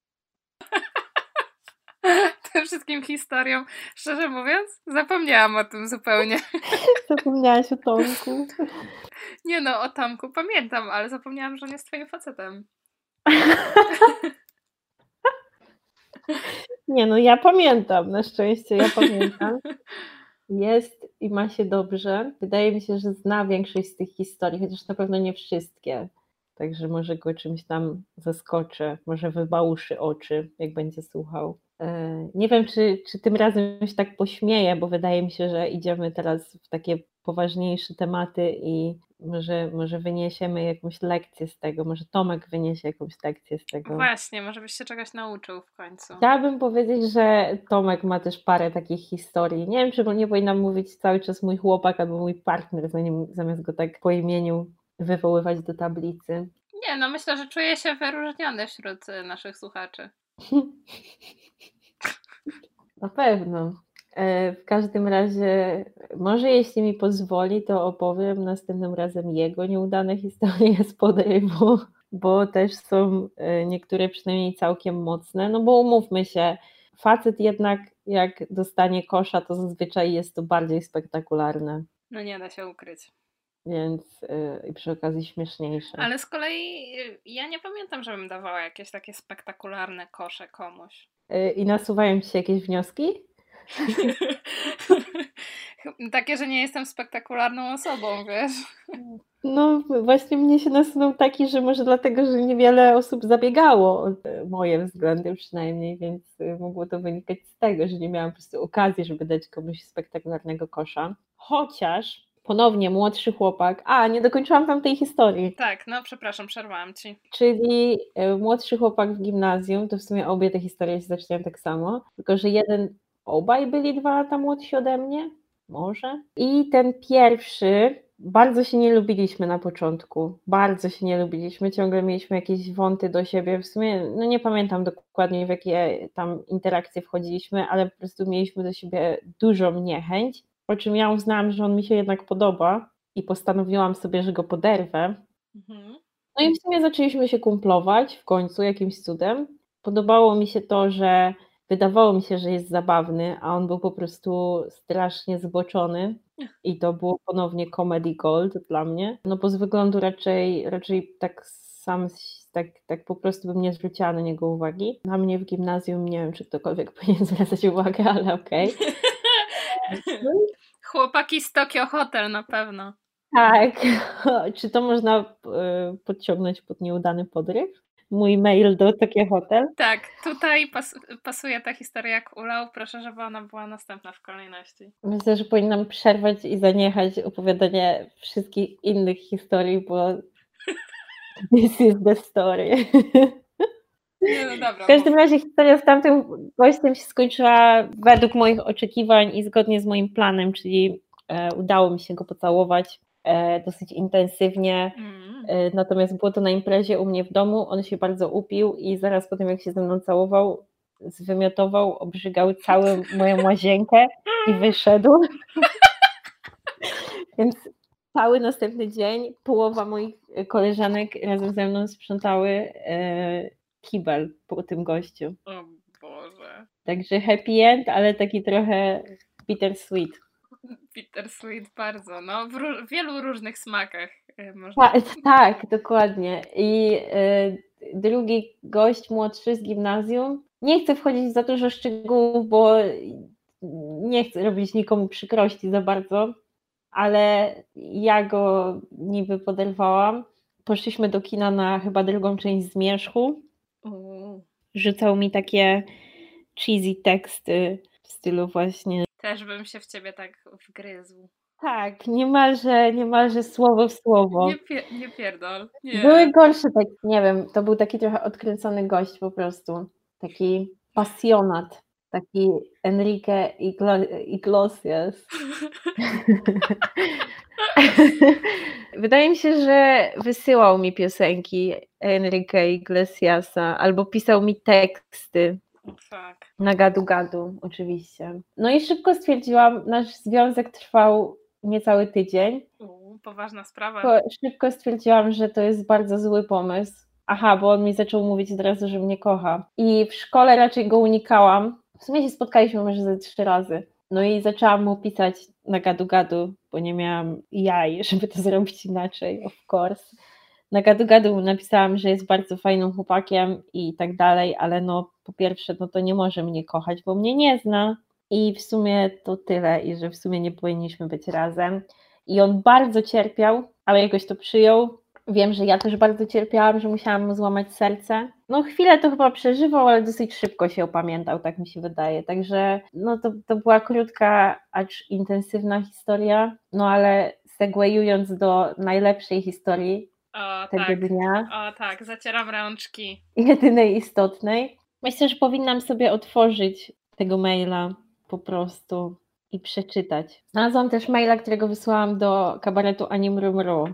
Tym wszystkim historiom, szczerze mówiąc, zapomniałam o tym zupełnie. Zapomniałaś o Tomku. Nie no, o Tomku pamiętam, ale zapomniałam, że on jest twoim facetem. Nie no, ja pamiętam, na szczęście ja pamiętam. Jest i ma się dobrze. Wydaje mi się, że zna większość z tych historii, chociaż na pewno nie wszystkie. Także może go czymś tam zaskoczę, może wybałuszy oczy, jak będzie słuchał. Nie wiem, czy, czy tym razem się tak pośmieję, bo wydaje mi się, że idziemy teraz w takie poważniejsze tematy i może, może wyniesiemy jakąś lekcję z tego, może Tomek wyniesie jakąś lekcję z tego. Właśnie, może byś się czegoś nauczył w końcu. Chciałabym powiedzieć, że Tomek ma też parę takich historii. Nie wiem, czy nie powinnam mówić cały czas mój chłopak albo mój partner, zanim, zamiast go tak po imieniu wywoływać do tablicy. Nie, no myślę, że czuję się wyróżniony wśród naszych słuchaczy. Na pewno. W każdym razie, może jeśli mi pozwoli, to opowiem następnym razem jego nieudane historie z podrywu, bo też są niektóre przynajmniej całkiem mocne, no bo umówmy się, facet jednak jak dostanie kosza, to zazwyczaj jest to bardziej spektakularne. No nie da się ukryć. Więc i przy okazji śmieszniejsze. Ale z kolei ja nie pamiętam, żebym dawała jakieś takie spektakularne kosze komuś. I nasuwają ci się jakieś wnioski? Takie, że nie jestem spektakularną osobą, wiesz? No właśnie mnie się nasunął taki, że może dlatego, że niewiele osób zabiegało o moje względy przynajmniej, więc mogło to wynikać z tego, że nie miałam po prostu okazji, żeby dać komuś spektakularnego kosza. Chociaż ponownie młodszy chłopak, a nie dokończyłam wam tej historii. Tak, no przepraszam, przerwałam ci. Czyli młodszy chłopak w gimnazjum, to w sumie obie te historie się zaczynają tak samo, tylko że jeden, obaj byli dwa lata młodsi ode mnie, może. I ten pierwszy, bardzo się nie lubiliśmy na początku, bardzo się nie lubiliśmy, ciągle mieliśmy jakieś wąty do siebie, w sumie no nie pamiętam dokładnie w jakie tam interakcje wchodziliśmy, ale po prostu mieliśmy do siebie dużą niechęć, po czym ja uznałam, że on mi się jednak podoba i postanowiłam sobie, że go poderwę. Mhm. No i w sumie zaczęliśmy się kumplować w końcu jakimś cudem. Podobało mi się to, że wydawało mi się, że jest zabawny, a on był po prostu strasznie zboczony i to było ponownie comedy gold dla mnie. No bo z wyglądu raczej, raczej tak sam, tak, tak po prostu bym nie zwróciła na niego uwagi. Na mnie w gimnazjum nie wiem, czy ktokolwiek powinien zwracać uwagę, ale okej. Okay. Chłopaki z Tokio Hotel na pewno. Tak. Czy to można podciągnąć pod nieudany podryw? Mój mail do Tokio Hotel? Tak, tutaj pas, pasuje ta historia jak ulał. Proszę, żeby ona była następna w kolejności. Myślę, że powinnam przerwać i zaniechać opowiadania wszystkich innych historii, bo this is the story. Nie, no dobra, w każdym razie historia z tamtym gościem się skończyła według moich oczekiwań i zgodnie z moim planem, czyli e, udało mi się go pocałować e, dosyć intensywnie. Mm. E, natomiast było to na imprezie u mnie w domu, on się bardzo upił i zaraz po tym, jak się ze mną całował, zwymiotował, obrzygał całą moją łazienkę i wyszedł. Więc cały następny dzień połowa moich koleżanek razem ze mną sprzątały e, kibel po tym gościu. O Boże. Także happy end, ale taki trochę bittersweet. Bittersweet bardzo, no w, ró- w wielu różnych smakach można. Ta, tak, dokładnie. I y, drugi gość młodszy z gimnazjum, nie chcę wchodzić za dużo szczegółów, bo nie chcę robić nikomu przykrości za bardzo, ale ja go niby poderwałam. Poszliśmy do kina na chyba drugą część Zmierzchu. U. Rzucał mi takie cheesy teksty w stylu właśnie. Też bym się w ciebie tak wgryzł. Tak, niemalże, niemalże słowo w słowo. Nie, pie- nie pierdol. Nie. Były gorsze, tak, nie wiem, to był taki trochę odkręcony gość po prostu. Taki pasjonat. Taki Enrique Iglo- Iglesias. Wydaje mi się, że wysyłał mi piosenki Enrique Iglesiasa albo pisał mi teksty. Tak. Na gadu gadu, oczywiście. No i szybko stwierdziłam, nasz związek trwał niecały tydzień. U, poważna sprawa. Szybko, szybko stwierdziłam, że to jest bardzo zły pomysł. Aha, bo on mi zaczął mówić od razu, że mnie kocha. I w szkole raczej go unikałam. W sumie się spotkaliśmy może ze trzy razy. No i zaczęłam mu pisać na gadu gadu, bo nie miałam jaj, żeby to zrobić inaczej, of course. Na gadu gadu napisałam, że jest bardzo fajnym chłopakiem i tak dalej, ale no po pierwsze, no to nie może mnie kochać, bo mnie nie zna i w sumie to tyle i że w sumie nie powinniśmy być razem. I on bardzo cierpiał, ale jakoś to przyjął. Wiem, że ja też bardzo cierpiałam, że musiałam mu złamać serce. No chwilę to chyba przeżywał, ale dosyć szybko się opamiętał, tak mi się wydaje. Także no to, to była krótka, acz intensywna historia, no ale seguejując do najlepszej historii O, tego tak. dnia, O tak, zacieram rączki. jedynej istotnej, myślę, że powinnam sobie otworzyć tego maila po prostu i przeczytać. Znalazłam też maila, którego wysłałam do kabaretu Animrum.ru.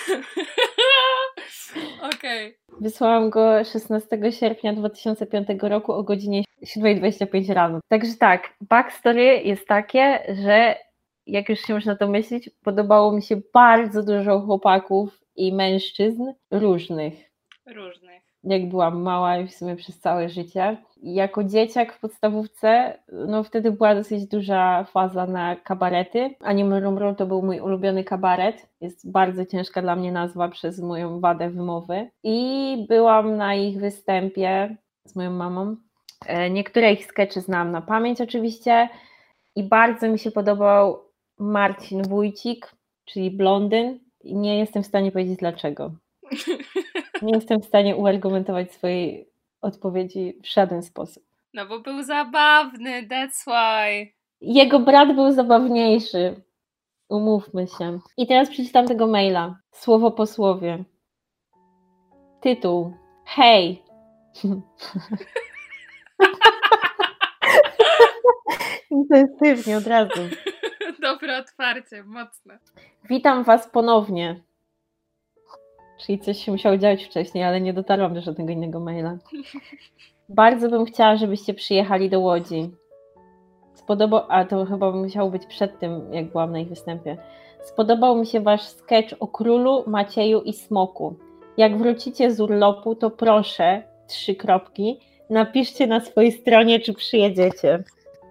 Okej. Wysłałam go szesnastego sierpnia dwa tysiące piątego roku o godzinie siódma dwadzieścia pięć rano. Także tak, backstory jest takie, że jak już się można domyślić, podobało mi się bardzo dużo chłopaków i mężczyzn różnych. Różnych. Jak byłam mała i w sumie przez całe życie. Jako dzieciak w podstawówce, no wtedy była dosyć duża faza na kabarety. Animrum.ru to był mój ulubiony kabaret. Jest bardzo ciężka dla mnie nazwa przez moją wadę wymowy. I byłam na ich występie z moją mamą. Niektóre ich skecze znałam na pamięć oczywiście i bardzo mi się podobał Marcin Wójcik, czyli blondyn. I nie jestem w stanie powiedzieć dlaczego. Nie jestem w stanie uargumentować swojej odpowiedzi w żaden sposób. No bo był zabawny, that's why. Jego brat był zabawniejszy. Umówmy się. I teraz przeczytam tego maila. Słowo po słowie. Tytuł. Hej. Intensywnie od razu. Dobre otwarcie, mocne. Witam was ponownie. Czyli coś się musiało dziać wcześniej, ale nie dotarłam do żadnego innego maila. Bardzo bym chciała, żebyście przyjechali do Łodzi. Spodobał, a to chyba musiało być przed tym, jak byłam na ich występie. Spodobał mi się wasz sketch o królu, Macieju i smoku. Jak wrócicie z urlopu, to proszę, trzy kropki, napiszcie na swojej stronie, czy przyjedziecie.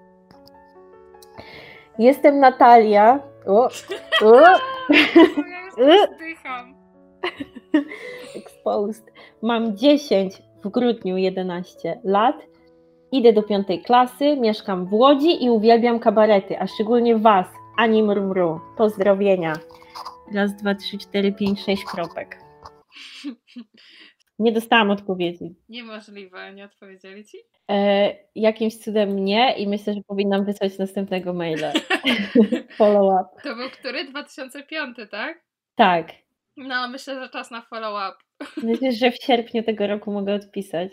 Jestem Natalia. O, o. Ja już zdycham. Exposed. Mam dziesięć, w grudniu jedenaście lat. Idę do piątej klasy, mieszkam w Łodzi i uwielbiam kabarety, a szczególnie was, Animrum.ru. Pozdrowienia. Raz, dwa, trzy, cztery, pięć, sześć kropek. Nie dostałam odpowiedzi. Niemożliwe, nie odpowiedzieli ci? E, jakimś cudem nie i myślę, że powinnam wysłać następnego maila. Follow up. To był który? dwa tysiące piąty, tak? Tak. No, myślę, że czas na follow-up. Myślę, że w sierpniu tego roku mogę odpisać.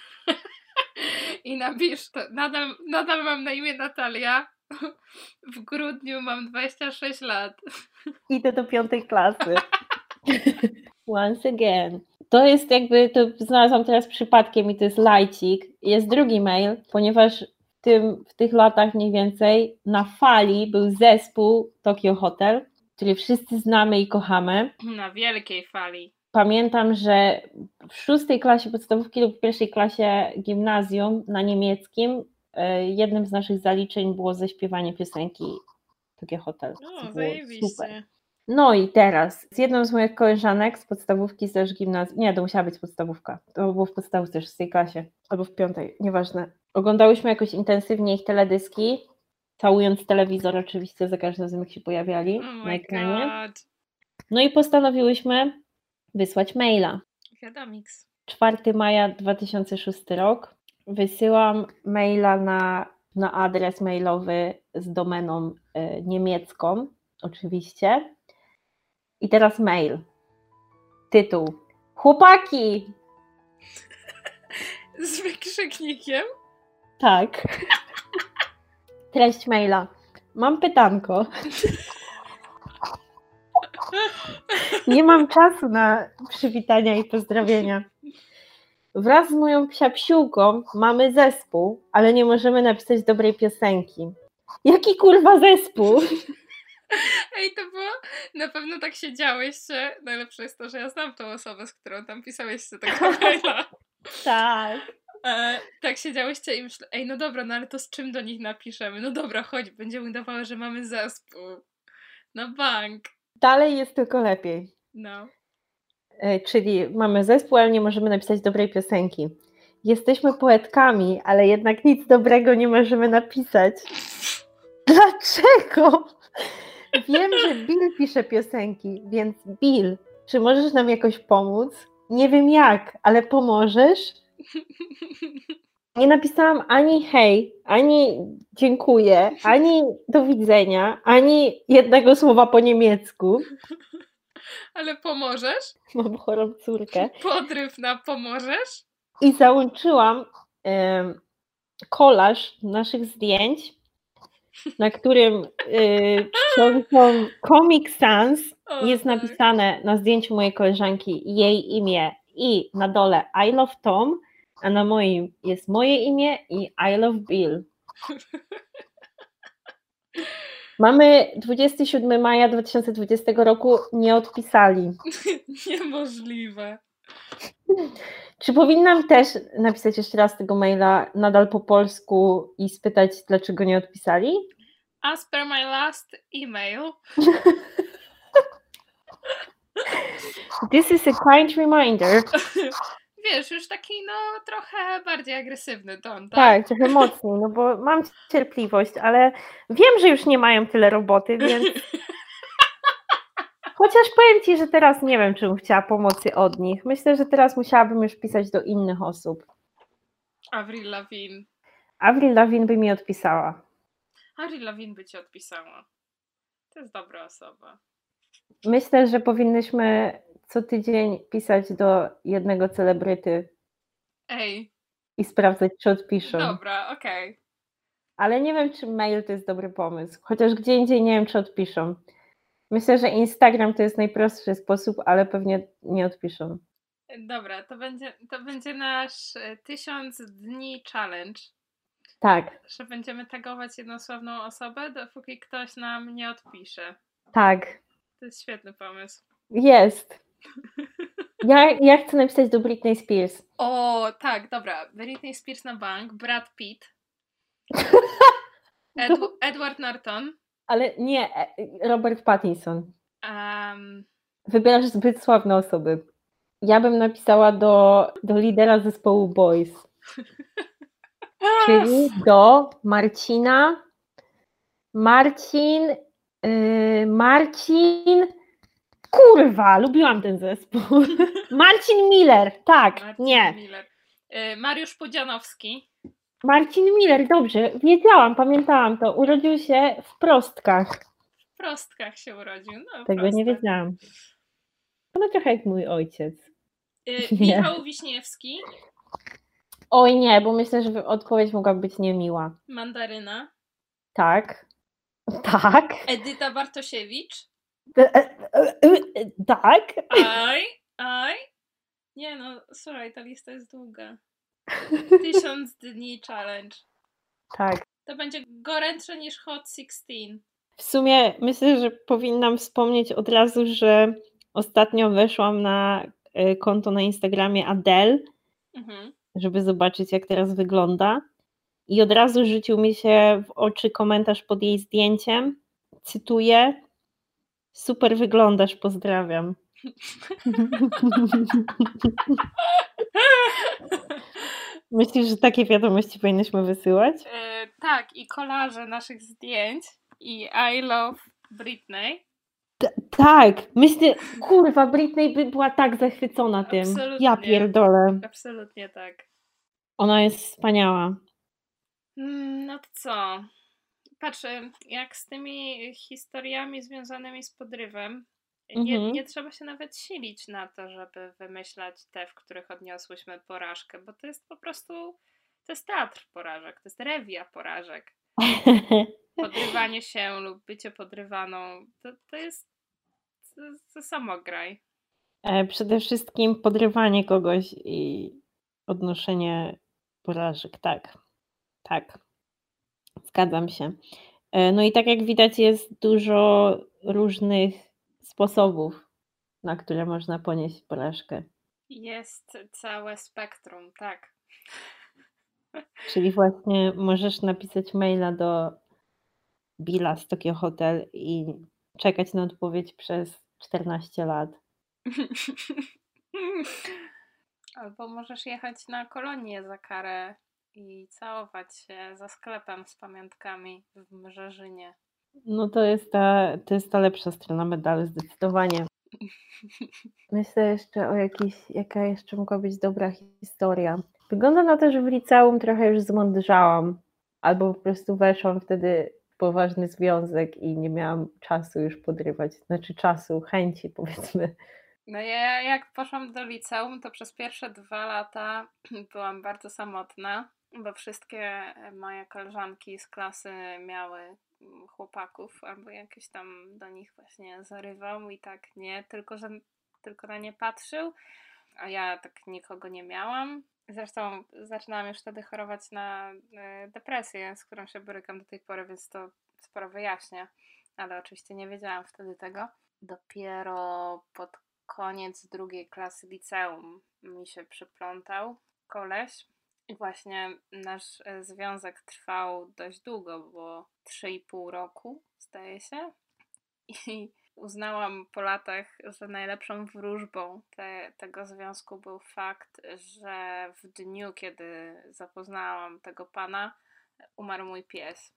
I napisz, to nadal, nadal mam na imię Natalia. W grudniu mam dwadzieścia sześć lat. Idę do piątej klasy. Once again. To jest jakby, to znalazłam teraz przypadkiem i to jest lajcik. Jest drugi mail, ponieważ w, tym, w tych latach mniej więcej na fali był zespół Tokyo Hotel, który wszyscy znamy i kochamy. Na wielkiej fali. Pamiętam, że w szóstej klasie podstawówki lub w pierwszej klasie gimnazjum na niemieckim jednym z naszych zaliczeń było zaśpiewanie piosenki Tokyo Hotel. O, zajebiście. Super. No i teraz z jedną z moich koleżanek z podstawówki, też gimnazjum, nie, to musiała być podstawówka, to było w podstawówce, też w tej klasie, albo w piątej, nieważne. Oglądałyśmy jakoś intensywnie ich teledyski, całując telewizor oczywiście za każdym razem, jak się pojawiali Oh na ekranie. God. No i postanowiłyśmy wysłać maila. Wiadomix. czwartego maja dwa tysiące szósty rok. wysyłam maila na, na adres mailowy z domeną y, niemiecką, oczywiście. I teraz mail. Tytuł. Chłopaki! Z wykrzyknikiem? Tak. Treść maila. Mam pytanko. Nie mam czasu na przywitania i pozdrowienia. Wraz z moją psiapsiółką mamy zespół, ale nie możemy napisać dobrej piosenki. Jaki kurwa zespół? Ej, to było, na pewno tak siedziałyście. Najlepsze jest to, że ja znam tą osobę, z którą tam pisałyście tego maila. Tak. E, tak siedziałyście i myślę, ej, no dobra, no ale to z czym do nich napiszemy? No dobra, chodź, będziemy udawały, że mamy zespół. No bank. Dalej jest tylko lepiej. No. E, czyli mamy zespół, ale nie możemy napisać dobrej piosenki. Jesteśmy poetkami, ale jednak nic dobrego nie możemy napisać. Dlaczego? Wiem, że Bill pisze piosenki, więc Bill, czy możesz nam jakoś pomóc? Nie wiem jak, ale pomożesz? Nie napisałam ani hej, ani dziękuję, ani do widzenia, ani jednego słowa po niemiecku. Ale pomożesz? Mam chorą córkę. Podryw na pomożesz? I załączyłam um, kolaż naszych zdjęć, na którym y, książką Comic Sans O, jest tak. napisane na zdjęciu mojej koleżanki jej imię i na dole I love Tom, a na moim jest moje imię i I love Bill. Mamy dwudziestego siódmego maja dwa tysiące dwudziestego roku, nie odpisali. Niemożliwe. Czy powinnam też napisać jeszcze raz tego maila nadal po polsku i spytać, dlaczego nie odpisali? As per my last email. This is a kind reminder. Wiesz, już taki no trochę bardziej agresywny ton, tak? Tak, trochę mocniej, no bo mam cierpliwość, ale wiem, że już nie mają tyle roboty, więc chociaż powiem Ci, że teraz nie wiem, czy bym chciała pomocy od nich. Myślę, że teraz musiałabym już pisać do innych osób. Avril Lavigne. Avril Lavigne by mi odpisała. Avril Lavigne by Ci odpisała. To jest dobra osoba. Myślę, że powinnyśmy co tydzień pisać do jednego celebryty. Ej. I sprawdzać, czy odpiszą. Dobra, okej. Okay. Ale nie wiem, czy mail to jest dobry pomysł. Chociaż gdzie indziej nie wiem, czy odpiszą. Myślę, że Instagram to jest najprostszy sposób, ale pewnie nie odpiszą. Dobra, to będzie, to będzie nasz tysiąc dni challenge. Tak. Że będziemy tagować jedną sławną osobę, dopóki ktoś nam nie odpisze. Tak. To jest świetny pomysł. Jest. Ja, ja chcę napisać do Britney Spears. O, tak, dobra. Britney Spears na bank, Brad Pitt, Ed- Edward Norton. Ale nie, Robert Pattinson. Um... Wybierasz zbyt sławne osoby. Ja bym napisała do, do lidera zespołu Boys. Czyli do Marcina. Marcin. Yy, Marcin. Kurwa, lubiłam ten zespół. Marcin Miller, tak, Marcin nie. Miller. Yy, Mariusz Pudzianowski. Marcin Miller, dobrze, wiedziałam, pamiętałam to. Urodził się w Prostkach. W Prostkach się urodził. No, Tego proste. nie wiedziałam. No trochę jak mój ojciec. Yy, Michał Wiśniewski. Oj nie, bo myślę, że odpowiedź mogła być niemiła. Mandaryna. Tak. Tak. Edyta Bartosiewicz. Tak. Aj, aj. Nie no, słuchaj, ta lista jest długa. Tysiąc dni challenge. Tak. To będzie gorętsze niż Hot szesnaście. W sumie myślę, że powinnam wspomnieć od razu, że ostatnio weszłam na konto na Instagramie Adele, mhm. żeby zobaczyć, jak teraz wygląda. I od razu rzucił mi się w oczy komentarz pod jej zdjęciem. Cytuję: super wyglądasz, pozdrawiam. Myślisz, że takie wiadomości powinnyśmy wysyłać? Yy, tak, i kolaże naszych zdjęć i I love Britney. T- tak, myślę, kurwa, Britney by była tak zachwycona tym. Absolutnie. Ja pierdolę. Absolutnie tak. Ona jest wspaniała. Mm, No to co? Patrz, y, jak z tymi historiami związanymi z podrywem, nie, Mhm. nie trzeba się nawet silić na to, żeby wymyślać te, w których odniosłyśmy porażkę, bo to jest po prostu, to jest teatr porażek, to jest rewia porażek. Podrywanie się lub bycie podrywaną, to, to jest to, to samograj. E, Przede wszystkim podrywanie kogoś i odnoszenie porażek. Tak, tak, zgadzam się. E, No i tak jak widać, jest dużo różnych sposobów, na które można ponieść porażkę. Jest całe spektrum, tak. Czyli właśnie możesz napisać maila do Billa z Tokyo Hotel i czekać na odpowiedź przez czternaście lat. Albo możesz jechać na kolonię za karę i całować się za sklepem z pamiątkami w Mrzeżynie. No to jest ta, to jest ta lepsza strona medalu, zdecydowanie. Myślę jeszcze o jakiejś, jaka jeszcze mogła być dobra historia. Wygląda na to, że w liceum trochę już zmądrzałam, albo po prostu weszłam wtedy w poważny związek i nie miałam czasu już podrywać, znaczy czasu, chęci powiedzmy. No ja jak poszłam do liceum, to przez pierwsze dwa lata byłam bardzo samotna, bo wszystkie moje koleżanki z klasy miały chłopaków, albo jakieś tam do nich właśnie zarywał i tak nie, tylko że tylko na nie patrzył, a ja tak nikogo nie miałam. Zresztą zaczynałam już wtedy chorować na e, depresję, z którą się borykam do tej pory, więc to sporo wyjaśnia, ale oczywiście nie wiedziałam wtedy tego. Dopiero pod koniec drugiej klasy liceum mi się przyplątał koleś. I właśnie nasz e, związek trwał dość długo, bo trzy i pół roku, zdaje się. I uznałam po latach, że najlepszą wróżbą te, tego związku był fakt, że w dniu, kiedy zapoznałam tego pana, umarł mój pies.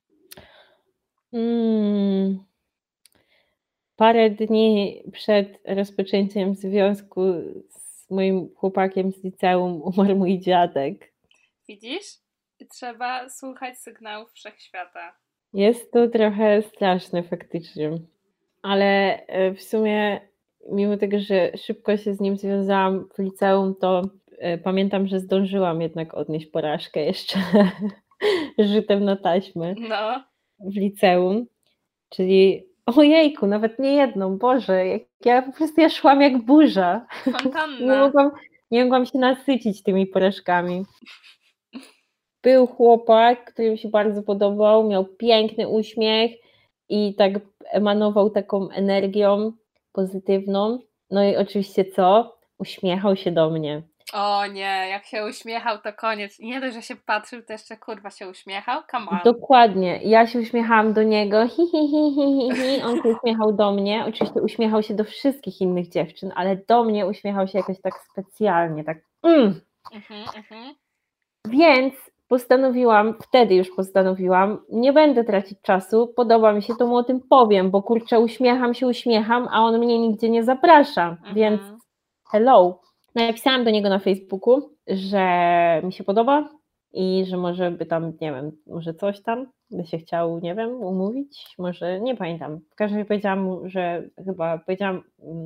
Mm. Parę dni przed rozpoczęciem związku z moim chłopakiem z liceum umarł mój dziadek. Widzisz? Trzeba słuchać sygnałów wszechświata. Jest to trochę straszne faktycznie, ale e, w sumie mimo tego, że szybko się z nim związałam w liceum, to e, pamiętam, że zdążyłam jednak odnieść porażkę jeszcze rzutem na taśmę No. w liceum, czyli ojejku, nawet nie jedną, Boże, jak ja po prostu ja szłam jak burza. Fontanna. Nie mogłam, nie mogłam się nasycić tymi porażkami. Był chłopak, który mi się bardzo podobał, miał piękny uśmiech i tak emanował taką energią pozytywną. No i oczywiście co? Uśmiechał się do mnie. O nie, jak się uśmiechał, to koniec. Nie dość, że się patrzył, to jeszcze kurwa się uśmiechał? Come on. Dokładnie. Ja się uśmiechałam do niego, hi, hi, hi, hi, hi, hi. On się uśmiechał do mnie. Oczywiście uśmiechał się do wszystkich innych dziewczyn, ale do mnie uśmiechał się jakoś tak specjalnie, tak mm. Mhm, mhm. Więc postanowiłam, wtedy już postanowiłam, nie będę tracić czasu, podoba mi się, to mu o tym powiem, bo kurczę, uśmiecham się, uśmiecham, a on mnie nigdzie nie zaprasza, Mhm. więc hello. Napisałam do niego na Facebooku, że mi się podoba i że może by tam, nie wiem, może coś tam by się chciał, nie wiem, umówić, może, nie pamiętam. W każdym razie powiedziałam mu, że chyba powiedziałam,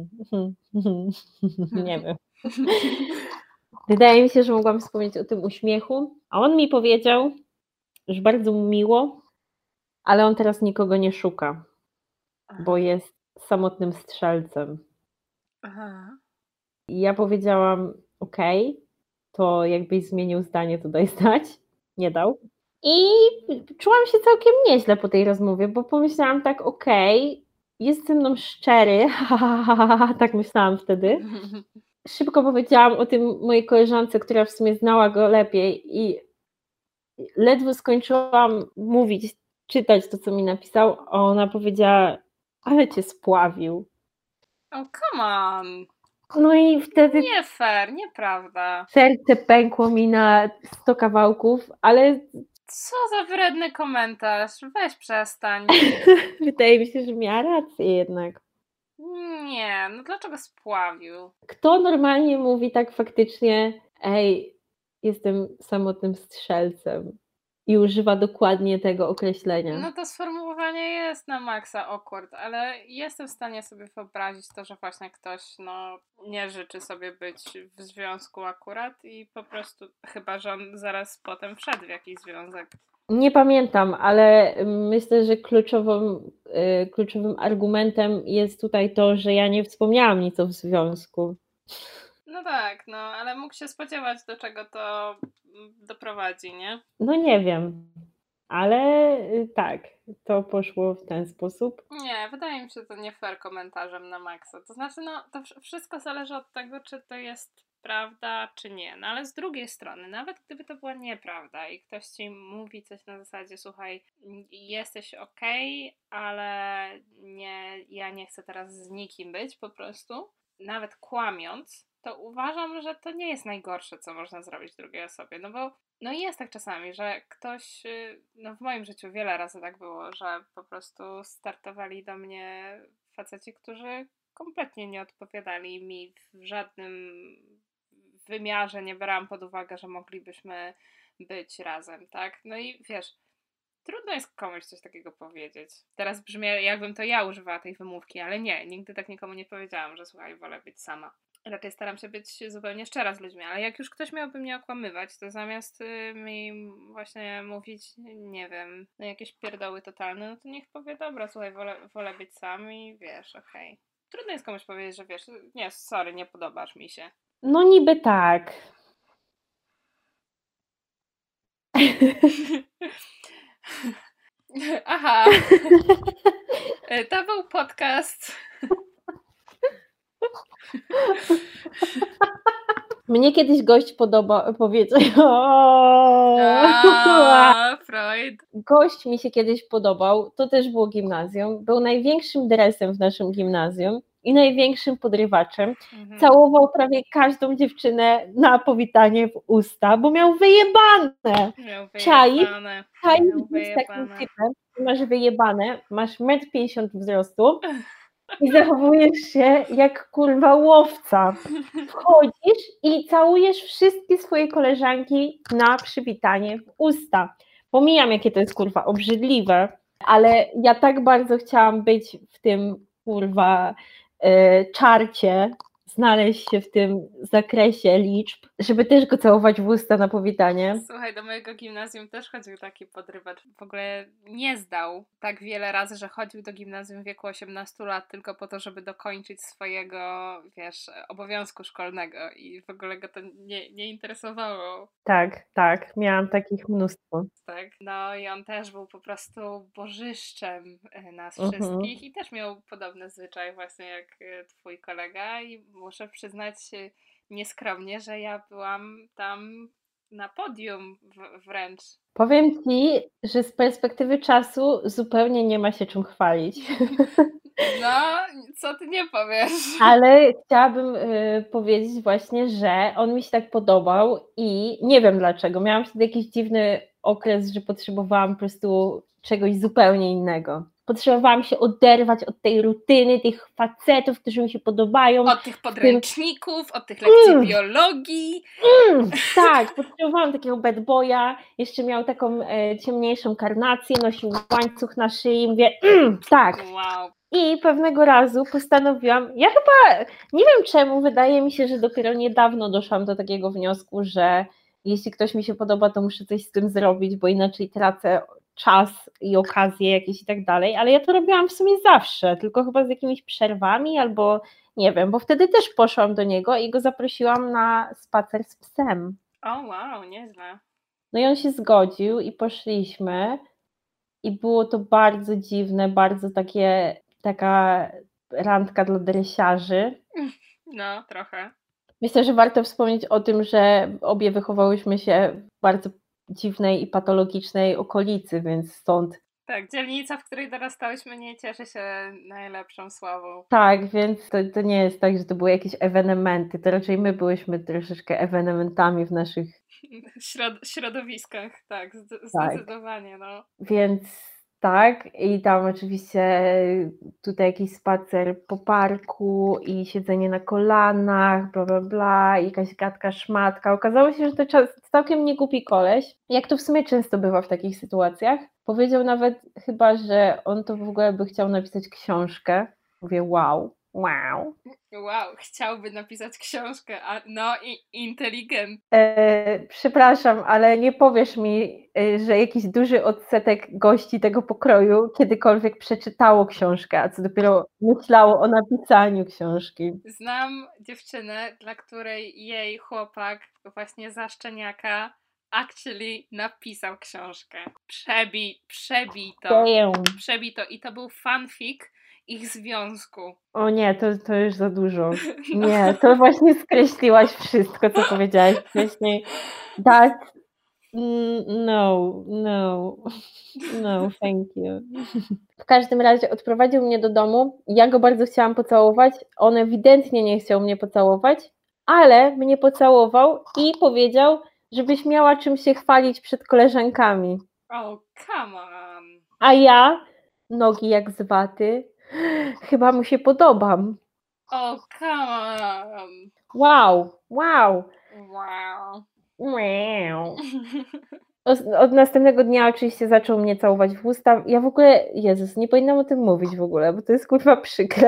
nie wiem. Wydaje mi się, że mogłam wspomnieć o tym uśmiechu, a on mi powiedział, że bardzo mu miło, ale on teraz nikogo nie szuka, bo jest samotnym strzelcem. Aha. I ja powiedziałam, okej, okay, to jakbyś zmienił zdanie, to daj znać. Nie dał. I czułam się całkiem nieźle po tej rozmowie, bo pomyślałam tak, okej, okay, jest ze mną szczery, tak myślałam wtedy. Szybko powiedziałam o tym mojej koleżance, która w sumie znała go lepiej i ledwo skończyłam mówić, czytać to, co mi napisał, a ona powiedziała, ale cię spławił. Oh, come on. No i wtedy... Nie fair, nieprawda. Serce pękło mi na sto kawałków, ale... Co za wredny komentarz, weź przestań. Wydaje mi się, że miała rację jednak. Nie, no dlaczego spławił? Kto normalnie mówi tak faktycznie, ej, jestem samotnym strzelcem i używa dokładnie tego określenia. No to sformułowanie jest na maksa awkward, ale jestem w stanie sobie wyobrazić to, że właśnie ktoś no, nie życzy sobie być w związku akurat i po prostu, chyba że on zaraz potem wszedł w jakiś związek. Nie pamiętam, ale myślę, że kluczową, y, kluczowym argumentem jest tutaj to, że ja nie wspomniałam nic o związku. No tak, no ale mógł się spodziewać, do czego to doprowadzi, nie? No nie wiem, ale y, tak, to poszło w ten sposób. Nie, wydaje mi się to nie fair komentarzem na maksa. To znaczy, no to wszystko zależy od tego, czy to jest prawda, czy nie. No ale z drugiej strony, nawet gdyby to była nieprawda i ktoś ci mówi coś na zasadzie, słuchaj, jesteś okej, ale nie, ja nie chcę teraz z nikim być po prostu, nawet kłamiąc, to uważam, że to nie jest najgorsze, co można zrobić drugiej osobie, no bo no i jest tak czasami, że ktoś, no w moim życiu wiele razy tak było, że po prostu startowali do mnie faceci, którzy kompletnie nie odpowiadali mi w żadnym wymiarze, nie brałam pod uwagę, że moglibyśmy być razem, tak? No i wiesz, trudno jest komuś coś takiego powiedzieć. Teraz brzmi, jakbym to ja używała tej wymówki, ale nie, nigdy tak nikomu nie powiedziałam, że słuchaj, wolę być sama. Raczej staram się być zupełnie szczera z ludźmi, ale jak już ktoś miałby mnie okłamywać, to zamiast y, mi właśnie mówić, nie wiem, no jakieś pierdoły totalne, no to niech powie, dobra, słuchaj, wolę, wolę być sam i wiesz, okej. Okay. Trudno jest komuś powiedzieć, że wiesz, nie, sorry, nie podobasz mi się. No niby tak. Aha. To był podcast. Mnie kiedyś gość podoba, powiedział. A, Freud. Gość mi się kiedyś podobał, to też było gimnazjum. Był największym dresem w naszym gimnazjum i największym podrywaczem. Mhm. Całował prawie każdą dziewczynę na powitanie w usta, bo miał wyjebane. Miał wyjebane. Czaisz być takim typem, masz wyjebane, masz metr pięćdziesiąt wzrostu i zachowujesz się jak kurwa łowca. Wchodzisz i całujesz wszystkie swoje koleżanki na przywitanie w usta. Pomijam, jakie to jest kurwa obrzydliwe, ale ja tak bardzo chciałam być w tym kurwa yy, czarcie, znaleźć się w tym zakresie liczb, żeby też go całować w usta na powitanie. Słuchaj, do mojego gimnazjum też chodził taki podrywacz. W ogóle nie zdał tak wiele razy, że chodził do gimnazjum w wieku osiemnastu lat tylko po to, żeby dokończyć swojego, wiesz, obowiązku szkolnego i w ogóle go to nie, nie interesowało. Tak, tak, miałam takich mnóstwo. Tak, no i on też był po prostu bożyszczem nas uh-huh. wszystkich i też miał podobny zwyczaj właśnie jak twój kolega i muszę przyznać nieskromnie, że ja byłam tam na podium w- wręcz. Powiem ci, że z perspektywy czasu zupełnie nie ma się czym chwalić. No, co ty nie powiesz? Ale chciałabym y, powiedzieć właśnie, że on mi się tak podobał i nie wiem dlaczego. Miałam wtedy jakiś dziwny okres, że potrzebowałam po prostu czegoś zupełnie innego. Potrzebowałam się oderwać od tej rutyny, tych facetów, którzy mi się podobają. Od tych podręczników, tym... od tych lekcji mm. biologii. Mm, tak, potrzebowałam takiego bad boya. Jeszcze miał taką e, ciemniejszą karnację, nosił łańcuch na szyi. Mówię, mm, tak. Wow. I pewnego razu postanowiłam, ja chyba, nie wiem czemu, wydaje mi się, że dopiero niedawno doszłam do takiego wniosku, że jeśli ktoś mi się podoba, to muszę coś z tym zrobić, bo inaczej tracę czas i okazje jakieś i tak dalej, ale ja to robiłam w sumie zawsze, tylko chyba z jakimiś przerwami albo nie wiem, bo wtedy też poszłam do niego i go zaprosiłam na spacer z psem. O oh, wow, nieźle. No i on się zgodził i poszliśmy i było to bardzo dziwne, bardzo takie, taka randka dla dresiarzy. No, trochę. Myślę, że warto wspomnieć o tym, że obie wychowałyśmy się w bardzo dziwnej i patologicznej okolicy, więc stąd. Tak, dzielnica, w której dorastałyśmy, nie cieszy się najlepszą sławą. Tak, więc to, to nie jest tak, że to były jakieś ewenementy, to raczej my byłyśmy troszeczkę ewenementami w naszych Środ- środowiskach, tak, zdecydowanie. Tak. No. Więc Tak, i tam oczywiście tutaj jakiś spacer po parku i siedzenie na kolanach, bla, bla, bla, i jakaś gadka, szmatka. Okazało się, że to czas- całkiem niegłupi koleś, jak to w sumie często bywa w takich sytuacjach. Powiedział nawet chyba, że on to w ogóle by chciał napisać książkę. Mówię, wow, wow. Wow, chciałby napisać książkę, a no i inteligent. E, przepraszam, ale nie powiesz mi, e, że jakiś duży odsetek gości tego pokroju kiedykolwiek przeczytało książkę, a co dopiero myślało o napisaniu książki. Znam dziewczynę, dla której jej chłopak właśnie za szczeniaka actually napisał książkę. Przebij, przebij to. Damn. Przebij to i to był fanfic ich związku. O nie, to, to już za dużo. Nie, to właśnie skreśliłaś wszystko, co powiedziałaś wcześniej. That, mm, no, no, no, thank you. W każdym razie odprowadził mnie do domu, ja go bardzo chciałam pocałować, on ewidentnie nie chciał mnie pocałować, ale mnie pocałował i powiedział, żebyś miała czym się chwalić przed koleżankami. Oh, come on. A ja, nogi jak z waty, chyba mu się podobam. Oh, come on. Wow, wow. Wow. Wow. Od, od następnego dnia oczywiście zaczął mnie całować w usta. Ja w ogóle, Jezus, nie powinnam o tym mówić w ogóle, bo to jest kurwa przykre.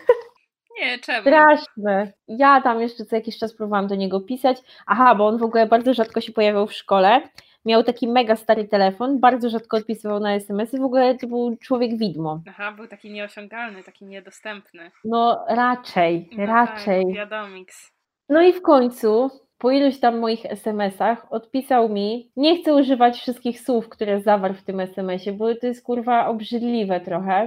Nie, czemu? Straszne. Ja tam jeszcze co jakiś czas próbowałam do niego pisać. Aha, bo on w ogóle bardzo rzadko się pojawiał w szkole. Miał taki mega stary telefon, bardzo rzadko odpisywał na es em esy. W ogóle to był człowiek widmo. Aha, był taki nieosiągalny, taki niedostępny. No raczej, No raczej. Tak, wiadomiks. No i w końcu, po iluś tam moich es em esach, odpisał mi, nie chcę używać wszystkich słów, które zawarł w tym es em esie, bo to jest kurwa obrzydliwe trochę,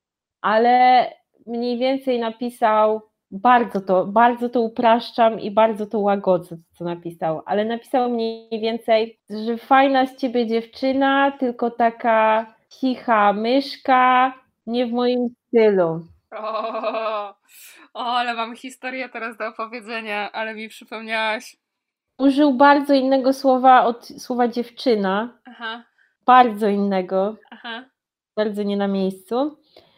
ale mniej więcej napisał, bardzo to, bardzo to upraszczam i bardzo to łagodzę, co napisał, ale napisał mniej więcej, że fajna z ciebie dziewczyna, tylko taka cicha myszka, nie w moim stylu. O, o, ale mam historię teraz do opowiedzenia, ale mi przypomniałaś. Użył bardzo innego słowa od słowa dziewczyna, Aha, bardzo innego, aha. bardzo nie na miejscu.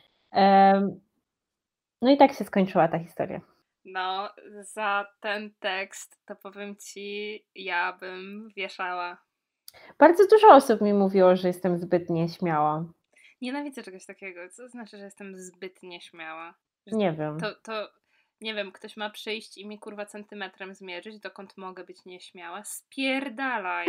Em, No i tak się skończyła ta historia. No, za ten tekst to powiem ci, ja bym wieszała. Bardzo dużo osób mi mówiło, że jestem zbyt nieśmiała. Nienawidzę czegoś takiego. Co znaczy, że jestem zbyt nieśmiała? Że Nie wiem. To, to, nie wiem, ktoś ma przyjść i mi kurwa centymetrem zmierzyć, dokąd mogę być nieśmiała? Spierdalaj.